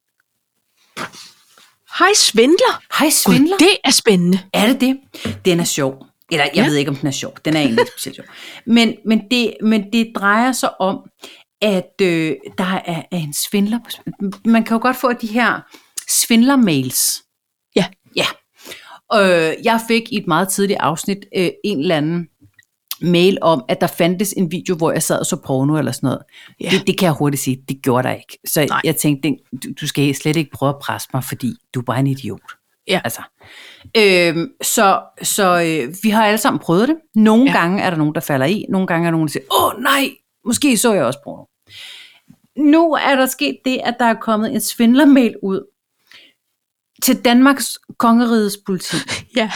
S1: hej svindler.
S2: Hej svindler.
S1: God, det er spændende.
S2: Er det det? Den er sjov. Eller jeg ja. ved ikke, om den er sjov. Den er egentlig ikke specielt sjov. Men, men, det, men det drejer sig om, at øh, der er, er en svindler. Man kan jo godt få de her svindlermails.
S1: Ja.
S2: Ja. Øh, jeg fik i et meget tidligt afsnit øh, en eller anden mail om, at der fandtes en video, hvor jeg sad og så porno eller sådan noget. Yeah. Det, det kan jeg hurtigt sige, det gjorde der ikke. Så Nej. jeg tænkte, du, du skal slet ikke prøve at presse mig, fordi du er bare en idiot.
S1: Ja.
S2: Altså. Øh, så så øh, vi har alle sammen prøvet det. Nogle ja. gange er der nogen, der falder i. Nogle gange er der nogen, der siger, åh nej, måske så jeg også porno. Nu er der sket det, at der er kommet en svindlermail ud til Danmarks kongerigets politi.
S1: Ja.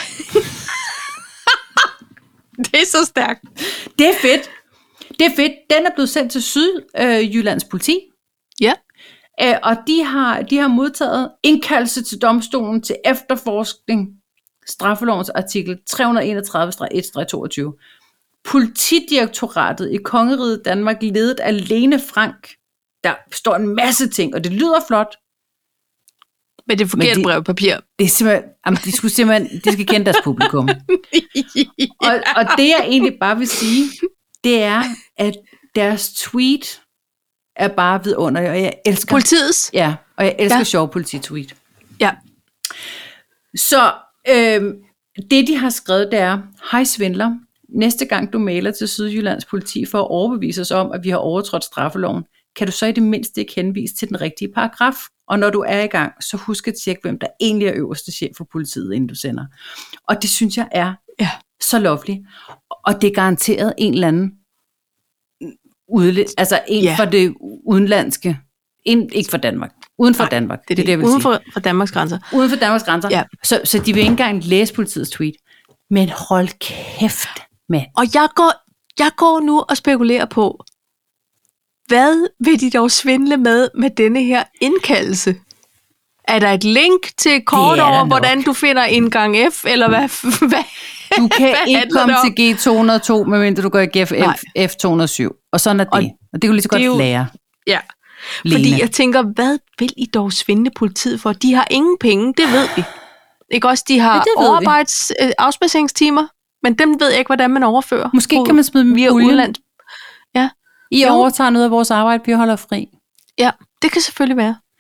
S1: Det er så stærkt.
S2: Det er fedt. Det er fedt. Den er blevet sendt til Sydjyllands øh, politi.
S1: Ja.
S2: Æ, og de har, de har modtaget indkaldelse til domstolen til efterforskning. Straffelovens artikel tre hundrede og enogtredive et toogtyve. Politidirektoratet i kongeriget Danmark ledet af Lene Frank. Der står en masse ting, og det lyder flot.
S1: Men det er forkert de, brevpapir.
S2: Det er simpelthen, jamen, de, skulle simpelthen, de skal kende deres publikum. ja. og, og det jeg egentlig bare vil sige, det er, at deres tweet er bare vidunderlig, og jeg elsker...
S1: Politiets?
S2: Ja, og jeg elsker
S1: ja.
S2: sjov politi-tweet.
S1: Ja.
S2: Så øh, det de har skrevet, det er, hej svindler, næste gang du mailer til Sydjyllands politi for at overbevise os om, at vi har overtrådt straffeloven, kan du så i det mindste ikke henvise til den rigtige paragraf? Og når du er i gang, så husk at tjekke, hvem der egentlig er øverste chef for politiet, inden du sender. Og det synes jeg er
S1: ja.
S2: så lovligt. Og det er garanteret en eller anden, udle- altså en ja. for det udenlandske, en, ikke for Danmark, uden for Nej, Danmark.
S1: Det er det, det, det uden for, for Danmarks grænser.
S2: Uden for Danmarks grænser.
S1: Ja.
S2: Så, så de vil ikke engang læse politiets tweet. Men hold kæft, mand.
S1: Og jeg går, jeg går nu og spekulerer på, hvad vil de dog svindle med med denne her indkaldelse? Er der et link til kort over, hvordan du finder indgang F, eller hvad? hvad
S2: du kan
S1: hvad
S2: ikke komme til G to hundrede og to, medmindre du går i F, F to hundrede og syv. Og sådan er det. Og, og det kan du lige så godt jo, lære.
S1: Ja, Lene. Fordi jeg tænker, hvad vil I dog svindle politiet for? De har ingen penge, det ved vi. Ikke også, de har ja, overarbejds øh, afspaceringstimer, men dem ved jeg ikke, hvordan man overfører.
S2: Måske på, kan man smide dem via
S1: udland. Ja.
S2: I jo. overtager noget af vores arbejde, vi holder fri.
S1: Ja, det kan selvfølgelig være.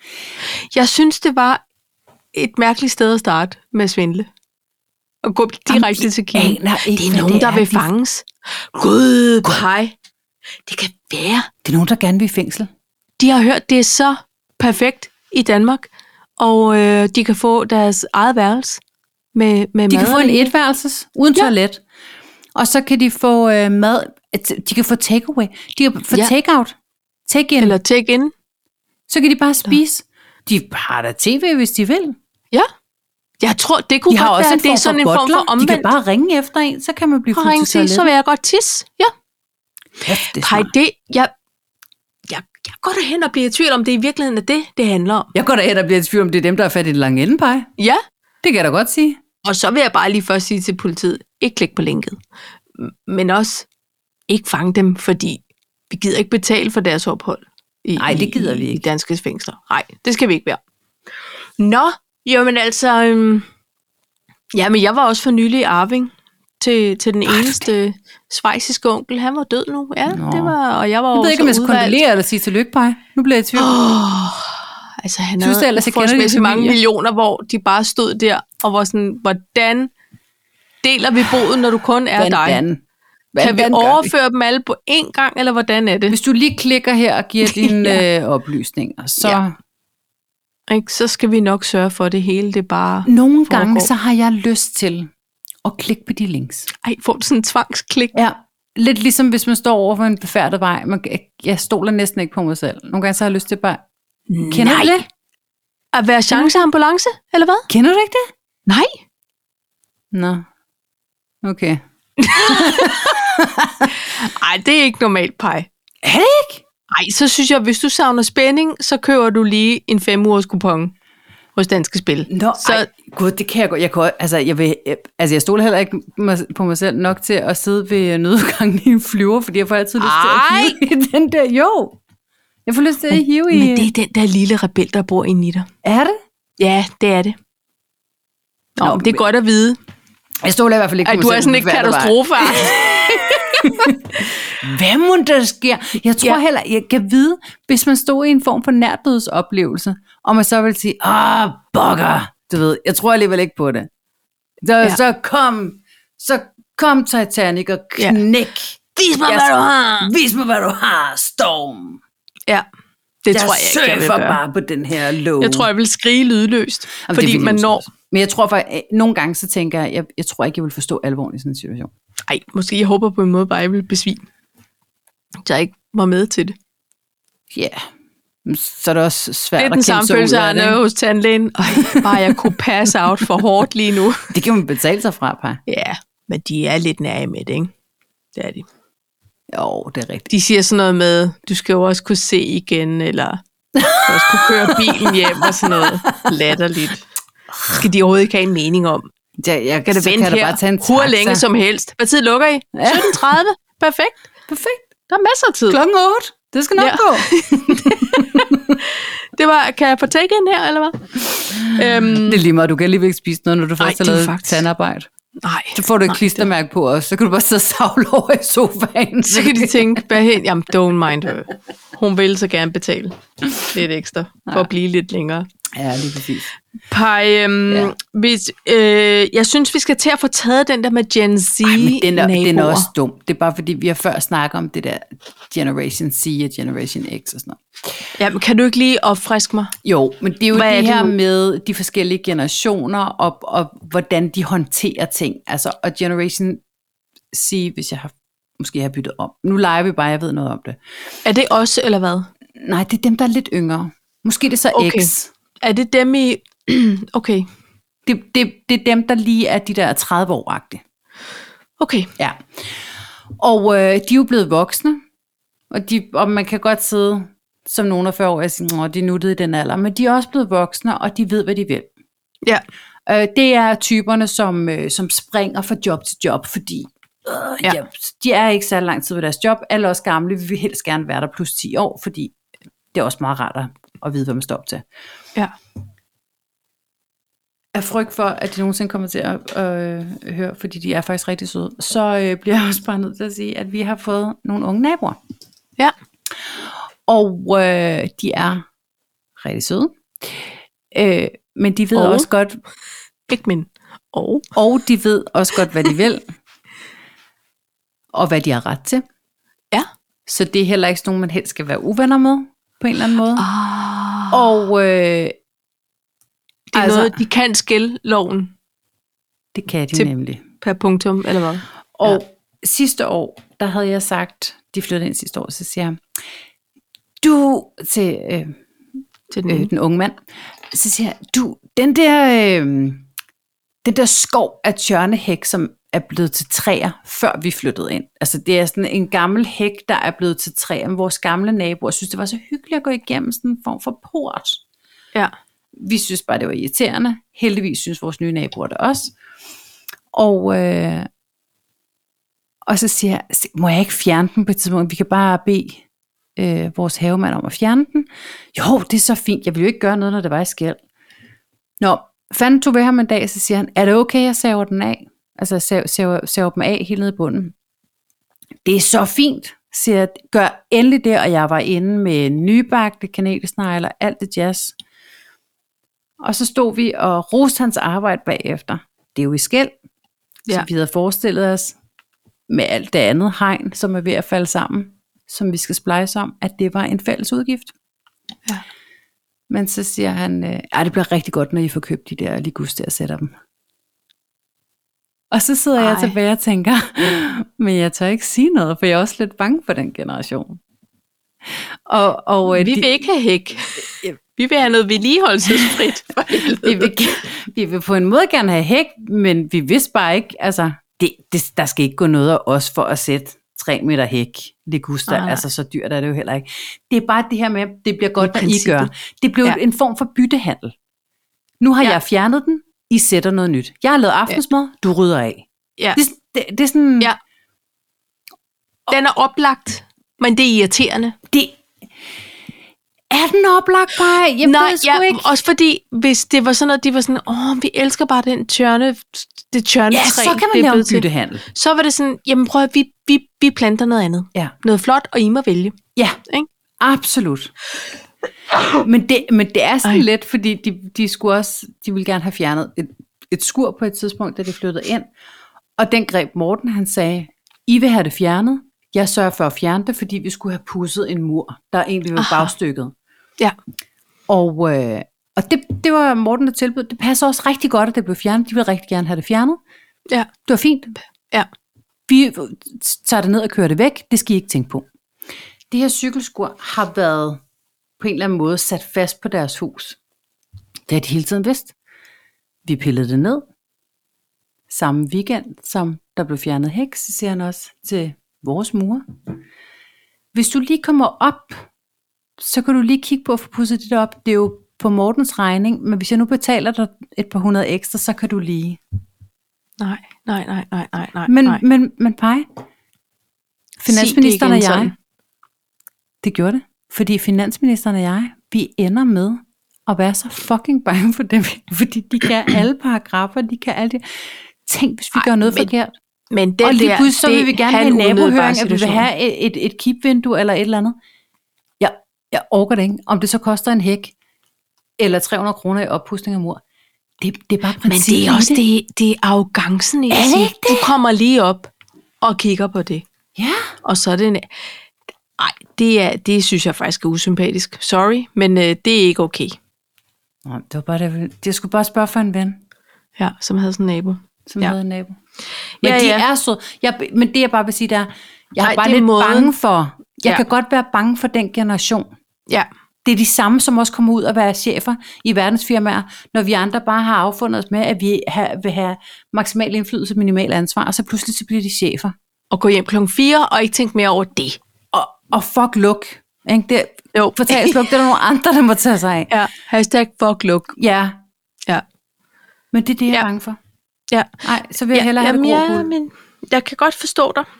S1: Jeg synes, det var et mærkeligt sted at starte med at svindle. Og gå direkte
S2: Jamen,
S1: til Kina.
S2: aner ikke,
S1: Det er
S2: hvad
S1: nogen,
S2: det
S1: der
S2: er,
S1: vil
S2: de-
S1: fanges. Gud, pej. Det kan være.
S2: Det er nogen, der gerne vil i fængsel.
S1: De har hørt, det er så perfekt i Danmark, og øh, de kan få deres eget værelse med, med
S2: De
S1: mad.
S2: kan få
S1: og
S2: en
S1: det hele.
S2: etværelses, uden
S1: Ja.
S2: toilet. Og så kan de få øh, mad. De kan få takeaway. De kan få
S1: Ja.
S2: takeout. Take-in.
S1: Eller take in.
S2: Så kan de bare spise. De har da tv, hvis de vil.
S1: Ja. Jeg tror, det kunne
S2: De har
S1: godt
S2: også
S1: være,
S2: en
S1: at det er
S2: form
S1: sådan
S2: for
S1: en form
S2: butler.
S1: for omvendt.
S2: De kan bare ringe efter en, så kan man blive
S1: Og
S2: fuldt
S1: ringe
S2: til
S1: til, så vil jeg godt tisse. Ja.
S2: Kæft, det er
S1: Hej,
S2: smart.
S1: det, jeg, jeg, jeg går derhen og bliver i tvivl om, det i virkeligheden er det, det handler om.
S2: Jeg går derhen og bliver i tvivl om, det er dem, der er fat i den lange ende, Paj.
S1: Ja,
S2: Det kan jeg da godt sige.
S1: og så vil jeg bare lige først sige til politiet, ikke klik på linket. M- Men også, ikke fange dem, fordi vi gider ikke betale for deres ophold. I,
S2: Nej, det gider
S1: i,
S2: vi
S1: I
S2: ikke.
S1: danske fængsler. Nej, det skal vi ikke være. Nå, jamen altså, øhm, jamen jeg var også for nylig arving til, til den eneste schweiziske onkel. Han var død nu. Ja,
S2: Nå.
S1: det var, og jeg var
S2: Jeg ved ikke, om jeg skal
S1: udvalgt.
S2: kondolere eller sige tillykke, Paj. Nu bliver jeg i tvivl.
S1: Oh, altså han
S2: Synes du
S1: havde
S2: ellers, jeg kender din
S1: uforholdsmæssigt mange
S2: familie?
S1: millioner, hvor de bare stod der og var sådan, hvordan deler vi boet, når du kun er dig?
S2: Hvordan?
S1: Kan vi
S2: Hvordan gør
S1: overføre dem alle på én gang, eller hvordan er det?
S2: Hvis du lige klikker her og giver dine
S1: Ja.
S2: øh, oplysninger, så...
S1: Ja. Ikke? Så skal vi nok sørge for, at det hele det bare...
S2: Nogle
S1: foregår.
S2: gange, så har jeg lyst til at klikke på de links.
S1: Ej, får du sådan en tvangsklik?
S2: Ja, lidt ligesom hvis man står over for en befærdet vej. Man, jeg stoler næsten ikke på mig selv. Nogle gange så har jeg lyst til bare... Kender
S1: Nej.
S2: du det?
S1: At være chanceambulance, eller hvad?
S2: Kender du ikke det?
S1: Nej.
S2: Nå. Okay.
S1: Ej, det er ikke normalt, Paj.
S2: Er det ikke?
S1: Ej, så synes jeg, hvis du savner spænding, så køber du lige en fem ugers kupon hos Danske Spil.
S2: Nå,
S1: så,
S2: så... ej, gud, det kan jeg godt. Jeg, kan, altså, jeg, vil, jeg, altså, jeg stoler heller ikke på mig selv nok til at sidde ved nødgangen i en flyver, fordi jeg får altid lyst til
S1: Ej.
S2: at hive i den der. Jo, jeg får lyst til at hive i...
S1: men det er den der lille rebel, der bor inde i dig.
S2: Er det?
S1: Ja, det er det. Nå,
S2: Nå,
S1: men det er
S2: men-
S1: godt at vide,
S2: Jeg stoler i hvert fald ikke på
S1: at
S2: mig
S1: du
S2: selv
S1: er sådan
S2: på
S1: et
S2: befærdet vej.
S1: katastrofe.
S2: Hvad må der sker? Jeg tror
S1: Ja.
S2: heller, jeg kan vide, hvis man stod i en form for nærdødsoplevelse, og man så vil sige, ah, bugger, du ved, jeg tror alligevel ikke på det. Så,
S1: Ja.
S2: ja. så kom, så kom Titanic og
S1: Ja.
S2: knæk.
S1: Vis mig,
S2: Jeg-
S1: hvad du har.
S2: Vis mig, hvad du har, Storm.
S1: Ja, det
S2: jeg
S1: tror jeg ikke, jeg vil
S2: surfer
S1: gøre.
S2: bare på den her låg.
S1: Jeg tror, jeg vil skrige lydløst,
S2: Jamen, det
S1: fordi
S2: vil jeg
S1: man
S2: også.
S1: når...
S2: Men jeg tror faktisk, at nogle gange så tænker jeg, jeg, jeg tror ikke, jeg vil forstå alvoren i sådan en situation.
S1: Ej, måske jeg håber på en måde bare, at jeg vil besvime. Så jeg ikke var med til det.
S2: Ja, yeah. Så er det også svært
S1: Det er
S2: at
S1: den
S2: kæmpe
S1: samme
S2: sig ud
S1: følelse,
S2: af
S1: jeg
S2: det,
S1: er
S2: ikke?
S1: hos tandlægen. Ej, bare jeg kunne pass out for hårdt lige nu.
S2: Det kan man betale sig fra, Paj.
S1: Ja, men de er lidt nære med det, ikke? Det er de.
S2: Jo, det er rigtigt.
S1: De siger sådan noget med, du skal jo også kunne se igen, eller du skal også kunne køre bilen hjem, og sådan noget latterligt. Skal de overhovedet ikke have en mening om?
S2: Ja, jeg
S1: Kan det
S2: så
S1: vente
S2: kan der
S1: her
S2: bare tage en
S1: hvor
S2: taxa.
S1: længe som helst? Hvad tid lukker I?
S2: Ja.
S1: sytten tredive. Perfekt.
S2: Perfekt.
S1: Der er masser af tid.
S2: Klokken otte. Det skal nok
S1: Ja.
S2: ja. gå.
S1: Det var, kan jeg få take in her, eller hvad? øhm,
S2: Det er lige meget, du kan alligevel ikke spise noget, når du
S1: Ej,
S2: først har
S1: det er
S2: lavet
S1: faktisk-
S2: tandarbejde.
S1: nej.
S2: Så får du et
S1: nej,
S2: klistermærke på os, så kan du bare sidde og savle over i sofaen.
S1: Så kan de tænke, hvad hen? Jamen, don't mind her. Hun vil så gerne betale lidt ekstra, for at blive lidt længere.
S2: Ja, lige præcis.
S1: Pej, øhm,
S2: Ja.
S1: ja. hvis, øh, jeg synes, vi skal til at få taget den der med Gen Z
S2: Ej, men den er, den er
S1: naboer.
S2: også dum. Det er bare fordi, vi har før snakket om det der Generation C og Generation X og sådan noget.
S1: Jamen, kan du ikke lige opfriske mig?
S2: Jo, men det er jo
S1: Hvad
S2: det
S1: er det
S2: her
S1: nu?
S2: med de forskellige generationer, og, og hvordan de håndterer ting. Altså, og Generation C, hvis jeg har, måske har byttet om. Nu leger vi bare, jeg ved noget om det.
S1: Er det os, eller hvad?
S2: Nej, det er dem, der er lidt yngre. Måske det er så
S1: Okay.
S2: X.
S1: Er det dem i... okay,
S2: Det, det, det er dem, der lige er de der tredive år-agtige.
S1: okay.
S2: Ja. Og øh, de er jo blevet voksne, og, de, og man kan godt sidde som nogen af fyrre år og sige, at de er nuttede i den alder, men de er også blevet voksne, og de ved, hvad de vil.
S1: Ja,
S2: Øh, det er typerne, som, øh, som springer fra job til job, fordi øh,
S1: Ja.
S2: ja. de er ikke så lang tid ved deres job. Alle os gamle, vi vil helst gerne være der plus ti år, fordi det er også meget rart at- at vide, hvad man står op til.
S1: ja.
S2: Af frygt for, at de nogensinde kommer til at øh, høre, fordi de er faktisk rigtig søde, så øh, bliver jeg også bare nødt til at sige, at vi har fået nogle unge naboer.
S1: Ja.
S2: Og øh, de er rigtig søde. Øh, men de ved
S1: Og?
S2: også godt,
S1: Ikke men. Og?
S2: og de ved også godt, hvad de vil, og hvad de har ret til.
S1: Ja.
S2: Så det er heller ikke sådan nogen, man helst skal være uvenner med, på en eller anden måde.
S1: Ah.
S2: Og øh,
S1: Det er
S2: altså,
S1: noget, de kan skille loven
S2: det kan de
S1: til-
S2: nemlig.
S1: per punktum, eller hvad?
S2: Og ja. Sidste år, der havde jeg sagt, de flyttede ind sidste år, så siger jeg, du, til øh,
S1: Til den
S2: øh,
S1: ene.
S2: den unge mand, så siger jeg, du, den der, øh, den der skov af tjørnehæk, som er blevet til træer, før vi flyttede ind. Altså det er sådan en gammel hæk, der er blevet til træer. Men vores gamle naboer synes, det var så hyggeligt at gå igennem sådan en form for port.
S1: Ja.
S2: Vi synes bare, det var irriterende. Heldigvis synes vores nye naboer det også. Og, øh, og så siger jeg, må jeg ikke fjerne den på et tidspunkt? Vi kan bare bede øh, vores havemand om at fjerne den. Jo, det er så fint. Jeg vil jo ikke gøre noget, når det var i skæld. Nå, fanden tog ved ham en dag, så siger han, er det okay, jeg saver den af? Altså saver, saver, saver dem af helt nede i bunden. Det er så fint, siger jeg. Gør endelig det, og jeg var inde med nybagte kanelsnegler, alt det jazz. Og så stod vi og roste hans arbejde bagefter. Det er jo i skæld. Ja. Så vi havde forestillet os, med alt det andet hegn, som er ved at falde sammen, som vi skal splice om, at det var en fælles udgift.
S1: Ja.
S2: Men så siger han, at det bliver rigtig godt, når I får købt de der liguster og sætter dem. Og så sidder Ej. jeg tilbage og tænker, men jeg tør ikke sige noget, for jeg er også lidt bange for den generation. Og, og,
S1: Vi
S2: de,
S1: vil ikke have hæk. Vi vil have noget vedligeholdelsesfrit. For
S2: vi, vil, vi vil på en måde gerne have hæk, men vi vidste bare ikke, altså, det, det, der skal ikke gå noget af os for at sætte tre meter hæk, liguster,
S1: Ah.
S2: altså så dyrt er det jo heller ikke. Det er bare det her med, det bliver godt,
S1: I
S2: når I gør. Det blev
S1: Ja.
S2: en form for byttehandel. Nu har
S1: Ja.
S2: jeg fjernet den, I sætter noget nyt. Jeg har lavet aftensmad, du rydder af.
S1: Ja.
S2: Det, det, det er sådan...
S1: Ja. Den er oplagt, men det er irriterende.
S2: Det, er den oplagt bare? Jeg
S1: Nej,
S2: ved sgu
S1: ja,
S2: ikke.
S1: også fordi, hvis det var sådan noget, de var sådan, åh, vi elsker bare den tjørne, det tjørnetræ.
S2: Ja, så kan
S1: det
S2: man
S1: er
S2: lave en
S1: blevet til."
S2: byttehandel.
S1: Så var det sådan, jamen prøv at, vi, vi, vi planter noget andet.
S2: Ja.
S1: Noget flot, og I må vælge.
S2: Ja,
S1: Ikke?
S2: absolut. Men det, men det er sådan
S1: Ej.
S2: lidt, fordi de, de skulle også, de ville gerne have fjernet et, et skur på et tidspunkt, da de flyttede ind. Og den greb Morten, han sagde, I vil have det fjernet. Jeg sørger for at fjerne det, fordi vi skulle have pudset en mur, der egentlig var
S1: Aha.
S2: bagstykket.
S1: Ja.
S2: Og, øh, og det, det var Morten, der tilbød. Det passer også rigtig godt, at det blev fjernet. De ville rigtig gerne have det fjernet.
S1: Ja.
S2: Det var fint.
S1: Ja.
S2: Vi tager det ned og kører det væk. Det skal I ikke tænke på. Det her cykelskur har været på en eller anden måde sat fast på deres hus. Det har de hele tiden vidst. Vi pillede det ned. Samme weekend, som der blev fjernet hæk, så siger han også til vores mor. Hvis du lige kommer op, så kan du lige kigge på at få pudset det op. Det er jo på Mortens regning, men hvis jeg nu betaler dig et par hundrede ekstra, så kan du lige.
S1: Nej, nej, nej, nej, nej, nej.
S2: Men,
S1: nej.
S2: men, men Paj, finansministeren og
S1: igen
S2: jeg,
S1: sådan.
S2: det gjorde det, fordi finansministeren og jeg, vi ender med at være så fucking bange for dem, fordi de kan alle paragrafer, de kan alle det. Tænk, hvis vi
S1: Ej,
S2: gør noget
S1: men-
S2: forkert.
S1: Men det
S2: Og lige
S1: der,
S2: pludselig så
S1: det
S2: vil vi gerne
S1: er
S2: have en
S1: umiddelbar
S2: nabohøring, at vi vil
S1: situation.
S2: have et, et, et kipvindue eller et eller andet. Jeg, jeg orker det ikke. Om det så koster en hæk, eller tre hundrede kroner i oppudsning af mur. Det, det er bare
S1: Men
S2: princippet.
S1: det er også
S2: i det.
S1: det, det er arrogancen i
S2: Er
S1: at
S2: det
S1: sige,
S2: ikke
S1: du kommer lige op og kigger på det.
S2: Ja.
S1: Og så er det en... Ej, det, er, det synes jeg faktisk er usympatisk. Sorry, men øh, det er ikke okay.
S2: Nå, det var bare det. Jeg skulle bare spørge for en ven,
S1: Ja, som havde sådan en nabo.
S2: som
S1: Ja.
S2: havde en nabo. Men
S1: Ja,
S2: de
S1: ja.
S2: er så... Jeg, men det jeg bare vil sige, der, jeg
S1: Ej,
S2: er bare
S1: det er
S2: lidt
S1: måden.
S2: bange for... Jeg
S1: Ja.
S2: kan godt være bange for den generation.
S1: Ja,
S2: Det er de samme, som også kommer ud og være chefer i verdensfirmaer, når vi andre bare har affundet os med, at vi ha- vil have maksimal indflydelse og minimal ansvar, og så pludselig så bliver de chefer.
S1: og gå hjem klokken fire og ikke tænke mere over det.
S2: Og, og fuck luk. Ikke? Det,
S1: Jo.
S2: fortalsluk, det er der nogle andre, der må tage sig af.
S1: Ja, hashtag fuck luk.
S2: Ja,
S1: Ja.
S2: men det er det, jeg er
S1: Ja.
S2: bange for.
S1: Ja.
S2: Nej, så vil jeg hellere have det
S1: jamen,
S2: grå
S1: ja,
S2: guld.
S1: men jeg kan godt forstå dig.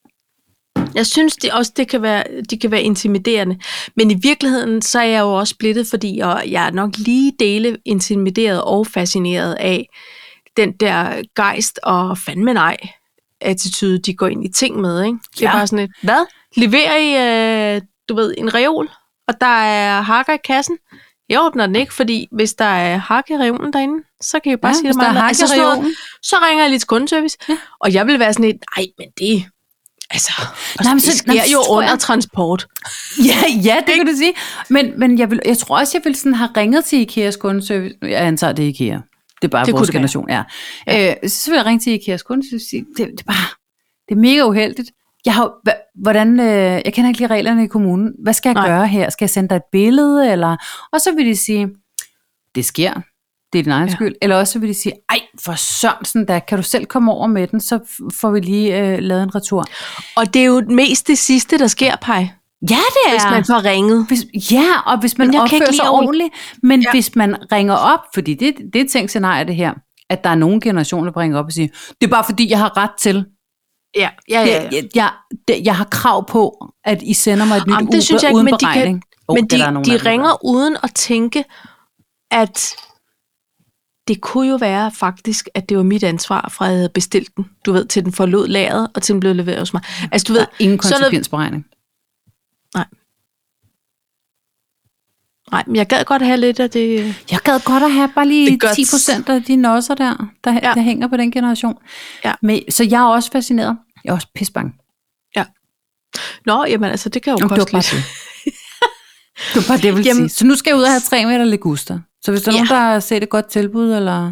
S1: Jeg synes det også, det kan være, de kan være intimiderende. Men i virkeligheden, så er jeg jo også splittet, fordi jeg, jeg er nok lige dele intimideret og fascineret af den der gejst og fandme nej attitude, de går ind i ting med. Ikke? Det er
S2: Ja.
S1: bare sådan et, hvad? Leverer I, øh, du ved, en reol, og der er hakker i kassen? Jeg åbner den ikke, fordi hvis der er hak i reolen derinde, så kan jeg bare
S2: Ja,
S1: sige
S2: hvis
S1: det
S2: der er
S1: meget.
S2: hak i
S1: Altså, sådan noget,
S2: reolen.
S1: så ringer jeg lige til kundeservice, ja. Og jeg vil være sådan et, nej, men det, altså,
S2: Nej, men
S1: det
S2: så-
S1: sker
S2: nej, så
S1: jo
S2: tror
S1: under
S2: jeg-
S1: transport.
S2: Ja, ja, det kan du sige. Men, men jeg, vil, jeg tror også, jeg ville sådan have ringet til Ikeas kundeservice. Jeg antager, det er Ikea. Det er bare
S1: Det
S2: vores
S1: kunne det
S2: generation. Ja. Ja. Øh, så vil jeg ringe til Ikeas kundeservice og sige, det, det, er bare, det er mega uheldigt. Jeg har, hva- hvordan, øh, jeg kender ikke lige reglerne i kommunen. Hvad skal jeg
S1: Nej.
S2: gøre her? Skal jeg sende dig et billede? Eller? Og så vil de sige, det sker. Det er din egen
S1: Ja.
S2: skyld. Eller også vil de sige, ej, for Sørensen da, kan du selv komme over med den, så f- får vi lige øh, lavet en retur.
S1: Og det er jo mest det sidste, der sker, Paj,
S2: Ja, det
S1: hvis man får ringet.
S2: Hvis, ja, og hvis man
S1: Men jeg kan ikke
S2: opfører sig
S1: lide
S2: ordentligt, men
S1: Ja.
S2: ja. hvis man ringer op, fordi det, det er et tænkt scenarie det her, at der er nogle generationer, der ringer op og siger, det er bare fordi, jeg har ret til.
S1: Ja, ja, ja. ja.
S2: Jeg, jeg, jeg, det- jeg har krav på, at I sender mig et nyt
S1: Jamen, det
S2: Uber
S1: synes jeg ikke,
S2: uden
S1: men de kan-
S2: beregning. Oh,
S1: Men
S2: det er
S1: de,
S2: der nogen
S1: de
S2: af dem, der
S1: ringer
S2: gør.
S1: uden at tænke, at det kunne jo være faktisk, at det var mit ansvar, fra jeg havde bestilt den, du ved, til den forlod lageret, og til den blev leveret hos mig. Altså, du
S2: Der
S1: ved,
S2: er ingen
S1: sådan noget-
S2: konsekvensberegning.
S1: nej, men jeg gad godt have lidt af det.
S2: Jeg gad godt at have bare lige
S1: Det gør-
S2: ti procent af de nosser der, der,
S1: Ja.
S2: ja. der hænger på den generation.
S1: Ja.
S2: Men, så jeg er også fascineret. Jeg er også pissebange.
S1: Nå, jamen altså, det kan jo
S2: Jamen, det var
S1: koste
S2: bare
S1: lidt.
S2: det. Det var bare det, jeg ville
S1: Jamen-
S2: sige. Så nu skal jeg ud og have tre meter leguster. Så hvis der er
S1: Ja.
S2: nogen, der har set et godt tilbud, eller...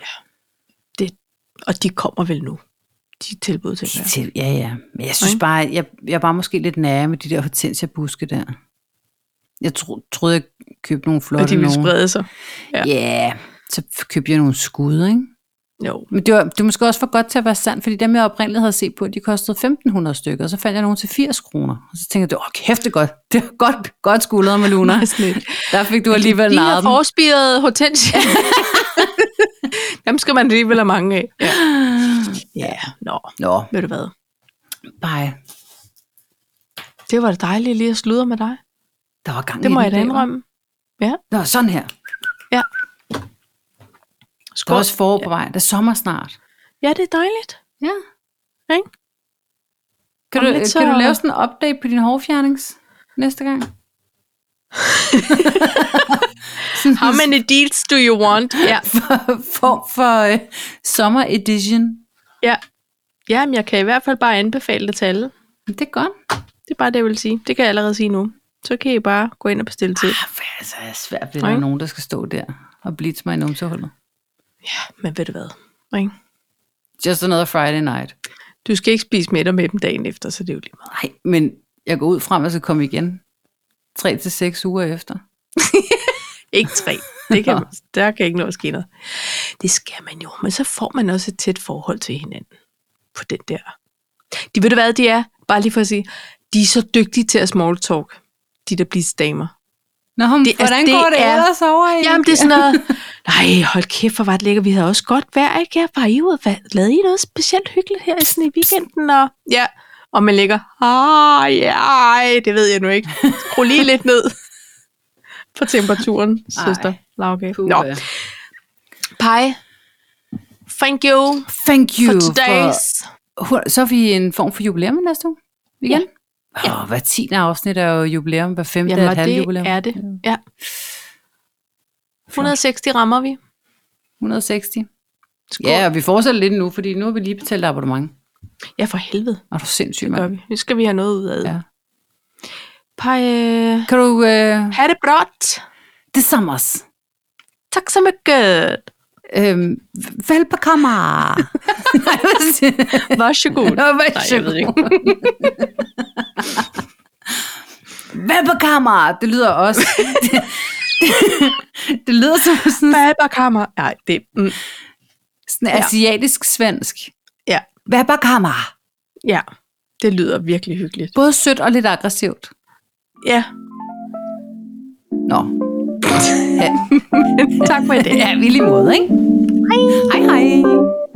S1: Og de kommer vel nu, de tilbud, tænker jeg.
S2: Til, ja, ja. Men jeg synes
S1: Okay.
S2: bare, jeg, jeg var måske lidt nære med de der hortensia-buske der. Jeg tro, troede, jeg købte nogle flotte
S1: Og de vil
S2: nogle.
S1: sprede sig.
S2: Ja, yeah, så købte jeg nogle skud, ikke?
S1: Jo.
S2: Men det var, det var måske også for godt til at være sandt, fordi dem, jeg oprindeligt havde set på, de kostede femten hundrede stykker, og så fandt jeg nogle til firs kroner. Og så tænkte jeg, åh kæft, det er godt. Det er godt, godt skuldret med Luna. Der fik du alligevel
S1: De har
S2: narret dem.
S1: forspiret hortensia. Dem skal man alligevel have mange af. Ja, ja. Nå,
S2: Nå,
S1: ved du hvad?
S2: bare,
S1: Det var da dejligt lige at sludre med dig.
S2: der var gang
S1: Det
S2: i
S1: må
S2: den
S1: jeg da
S2: der, hva'?
S1: indrømme. Ja,
S2: Nå, sådan her.
S1: ja.
S2: Der er
S1: Skål.
S2: også forår på vej. Det er sommer snart.
S1: Ja, det er dejligt.
S2: Ja.
S1: Ikke?
S2: Kan
S1: Om
S2: du,
S1: lidt så-
S2: kan du lave sådan en update på din hårfjernings næste gang?
S1: How many deals do you want? Ja,
S2: Form for uh, summer edition.
S1: ja. Ja, men jeg kan i hvert fald bare anbefale det til alle.
S2: Det er godt.
S1: Det er bare det, jeg vil sige. Det kan jeg allerede sige nu. Så kan I bare gå ind og bestille tid.
S2: Ah, for altså, det er svært, hvis der
S1: Okay.
S2: er nogen, der skal stå der og blitse mig i numsehullet.
S1: Men ved du hvad? Ikke?
S2: Just another Friday night.
S1: Du skal ikke spise middag med dem dagen efter, så det er jo lige meget.
S2: Nej, men jeg går ud frem, og så komme igen. Tre til seks uger efter.
S1: Ikke tre. Det kan, der kan ikke nå at ske noget. Det skal man jo, men så får man også et tæt forhold til hinanden. På den der. De ved du hvad, de er? Bare lige for at sige. De er så dygtige til at small talk. De der blitz-damer.
S2: Nå, men
S1: Det-
S2: hvordan
S1: altså, det
S2: går det
S1: er-
S2: ellers over i?
S1: Jamen, det er sådan noget. Nej, hold kæft, hvor var det lækker. Vi havde også godt vejr, ikke? Jeg var I ude. Hvad- Lavede I noget specielt hyggeligt her sådan i weekenden? Og, ja, og man ligger. Ah, ja, ej, det ved jeg nu ikke. Skru lige lidt ned på temperaturen, søster. Lauke.
S2: Puh,
S1: Nå,
S2: ja.
S1: Pej. Thank you
S2: Thank you
S1: for today's.
S2: For, så er vi en form for jubilæum næste uge. Igen?
S1: Ja.
S2: Åh, hver tiende afsnit er jo jubilæum, hver femte
S1: Jamen,
S2: er
S1: og
S2: et halvt
S1: det
S2: jubilæum.
S1: er det. Ja. et hundrede og seksti rammer vi.
S2: et hundrede og seksti.
S1: Skål.
S2: Ja, og vi fortsætter lidt nu, fordi nu har vi lige betalt abonnement.
S1: Ja, for helvede.
S2: Og du er sindssyg,
S1: Gør
S2: mand.
S1: vi. Nu skal vi have noget ud af det.
S2: Ja.
S1: Pej, øh,
S2: Kan du... Øh,
S1: ha' det bråt.
S2: det sammers.
S1: Tak så mycket.
S2: Øhm, Velbekomme. Nej, hvad siger jeg?
S1: Varsågod.
S2: Nå,
S1: Nej, jeg ved ikke.
S2: Velbekomme. Det lyder også... det, det, det lyder som sådan,
S1: Babakammer. Nej, det mm,
S2: sådan
S1: Ja.
S2: asiatisk svensk.
S1: ja,
S2: Velbekomme.
S1: ja, det lyder virkelig hyggeligt.
S2: Både sødt og lidt aggressivt.
S1: Ja,
S2: Nå. Ja,
S1: tak for det.
S2: ja vi er lige måde, ikke? Hej. Hej, hej.